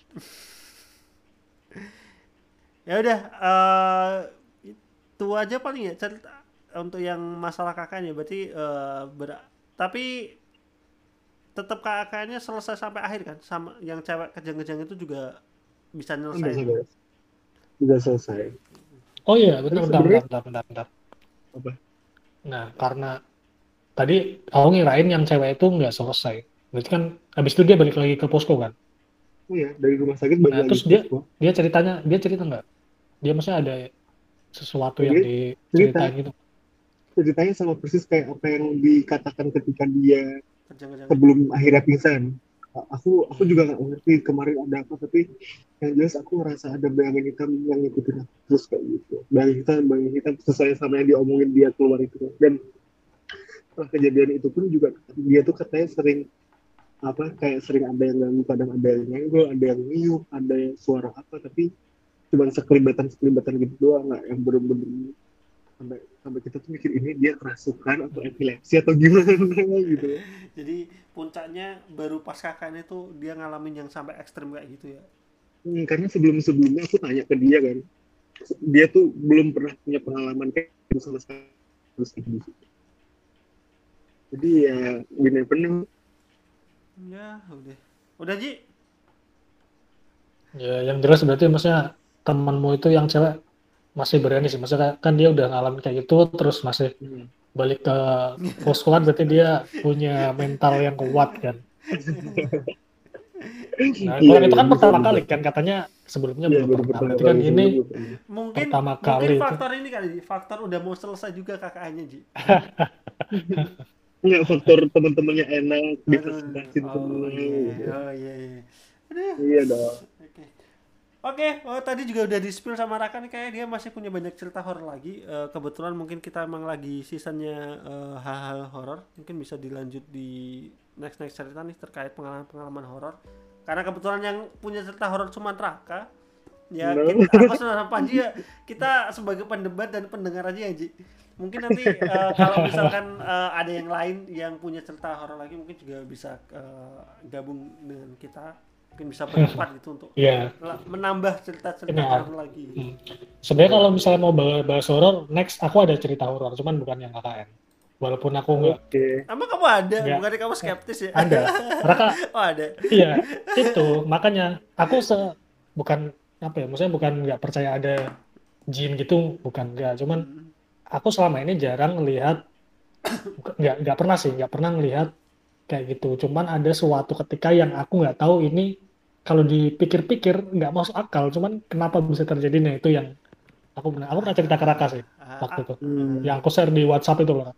Ya udah, eh itu aja paling ya cerita untuk yang masalah kakaknya. Berarti eh ber- tapi tetap kakaknya selesai sampai akhir kan? Sama yang cewek kejang-kejang itu juga bisa Kan bisa nyelesain. guys, bisa selesai. Oh iya, Tapi bentar, bentar, sebenarnya bentar, bentar, bentar, bentar. apa? Nah, karena tadi aku ngirain yang cewek itu nggak selesai. Berarti kan habis itu dia balik lagi ke posko kan? Oh ya, dari rumah sakit balik Nah, lagi terus ke dia posko. dia ceritanya, dia cerita nggak? Dia maksudnya ada sesuatu Dan yang dia cerita, diceritain gitu. ceritanya sama persis kayak apa yang dikatakan ketika dia Kejang-kejang itu. sebelum akhirnya pingsan. aku aku juga nggak ngerti kemarin ada apa, tapi yang jelas aku ngerasa ada bayangan hitam yang ngikutin aku terus kayak gitu. Bayangan hitam, bayangan hitam sesuai sama yang diomongin dia keluar itu. Dan setelah kejadian itu pun juga dia tuh katanya sering apa kayak sering ada yang ganggu, kadang ada yang nyenggol, ada yang niup, ada yang suara apa, tapi cuma sekelibatan sekelibatan gitu doang, nggak yang bener-bener sampai sampai kita tuh mikir ini dia kerasukan atau epilepsi atau gimana gitu. Jadi puncaknya baru pas kakaknya tuh dia ngalamin yang sampai ekstrim kayak gitu ya. Hmm, karena sebelum-sebelumnya aku tanya ke dia kan, dia tuh belum pernah punya pengalaman kayak gitu sama sekali. Terus gitu. Jadi ya we never know. Ya udah. Udah Ji. Ya, yang jelas berarti maksudnya temanmu itu yang cewek masih berani sih. Maksudnya kan dia udah ngalamin kayak gitu, terus masih Hmm. balik ke poskoan, berarti dia punya mental yang kuat kan. Nah, Iya, kalau itu iya, kan bisa, pertama bisa. kali kan, katanya sebelumnya Iya, belum baru pernah. pertama Berarti kan kali ini sebelumnya pernah. Mungkin pertama mungkin kali itu. faktor ini kali Ji. Faktor udah mau selesai juga kakaknya Ji. Nggak, faktor teman-temannya enak, Aduh, difasilitasin oh semua iya, gitu. oh iya, iya. Aduh. Iya dong. Oke. Oke, oh tadi juga udah di-spill sama Raka nih, kayak dia masih punya banyak cerita horor lagi. Eh, kebetulan mungkin kita emang lagi seasonnya eh, hal-hal horor, mungkin bisa dilanjut di next next cerita nih terkait pengalaman-pengalaman horor. Karena kebetulan yang punya cerita horor cuma Raka. Ya, No. kita, aku sama Panji ya, kita sebagai pendebat dan pendengar aja ya, Ji. Mungkin nanti eh, kalau misalkan eh, ada yang lain yang punya cerita horor lagi, mungkin juga bisa eh, gabung dengan kita. Mungkin bisa berempat gitu untuk Iya. la- menambah cerita-cerita Ini, horor lagi. Hmm. Sebenarnya kalau misalnya mau bahas, bahas horor, next aku ada cerita horor, cuman bukan yang K K N. Walaupun aku nggak Oke. Emang kamu ada? nggak Bukannya kamu skeptis ya? ada. Raka, Oh ada. iya itu makanya aku se bukan apa ya, maksudnya bukan nggak percaya ada jin gitu, bukan nggak. Cuman Hmm. aku selama ini jarang lihat, nggak nggak pernah sih, nggak pernah ngelihat kayak gitu. Cuman ada suatu ketika yang aku nggak tahu ini kalau dipikir-pikir nggak masuk akal. Cuman kenapa bisa terjadi? Nah itu yang aku pernah aku pernah cerita ke Raka sih Ah, waktu ah, itu, Hmm. yang aku share di WhatsApp itu loh.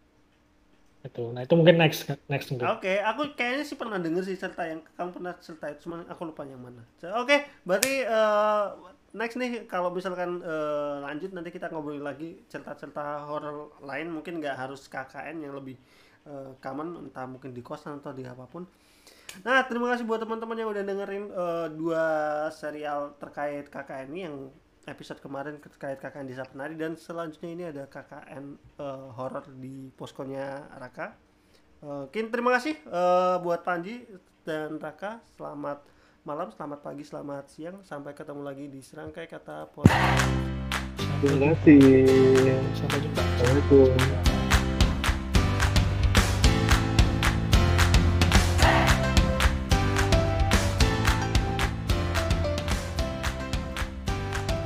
Itu, nah itu mungkin next next mungkin. Oke, aku kayaknya sih pernah denger sih cerita yang kamu pernah cerita itu, cuman aku lupa yang mana. Oke, berarti eh, next nih kalau misalkan eh, lanjut nanti kita ngobrolin lagi cerita-cerita horor lain, mungkin nggak harus K K N yang lebih eh, common, entah mungkin di kosan atau di apapun. Nah, terima kasih buat teman-teman yang udah dengerin eh, dua serial terkait K K N ini, yang episode kemarin terkait K K N Desa Penari, dan selanjutnya ini ada K K N eh, horor di poskonya Raka. Oke, terima kasih eh, buat Panji dan Raka. Selamat malam, selamat pagi, selamat siang. Sampai ketemu lagi di Serangkai Kata Podcast. Terima kasih. Sampai jumpa. Assalamualaikum.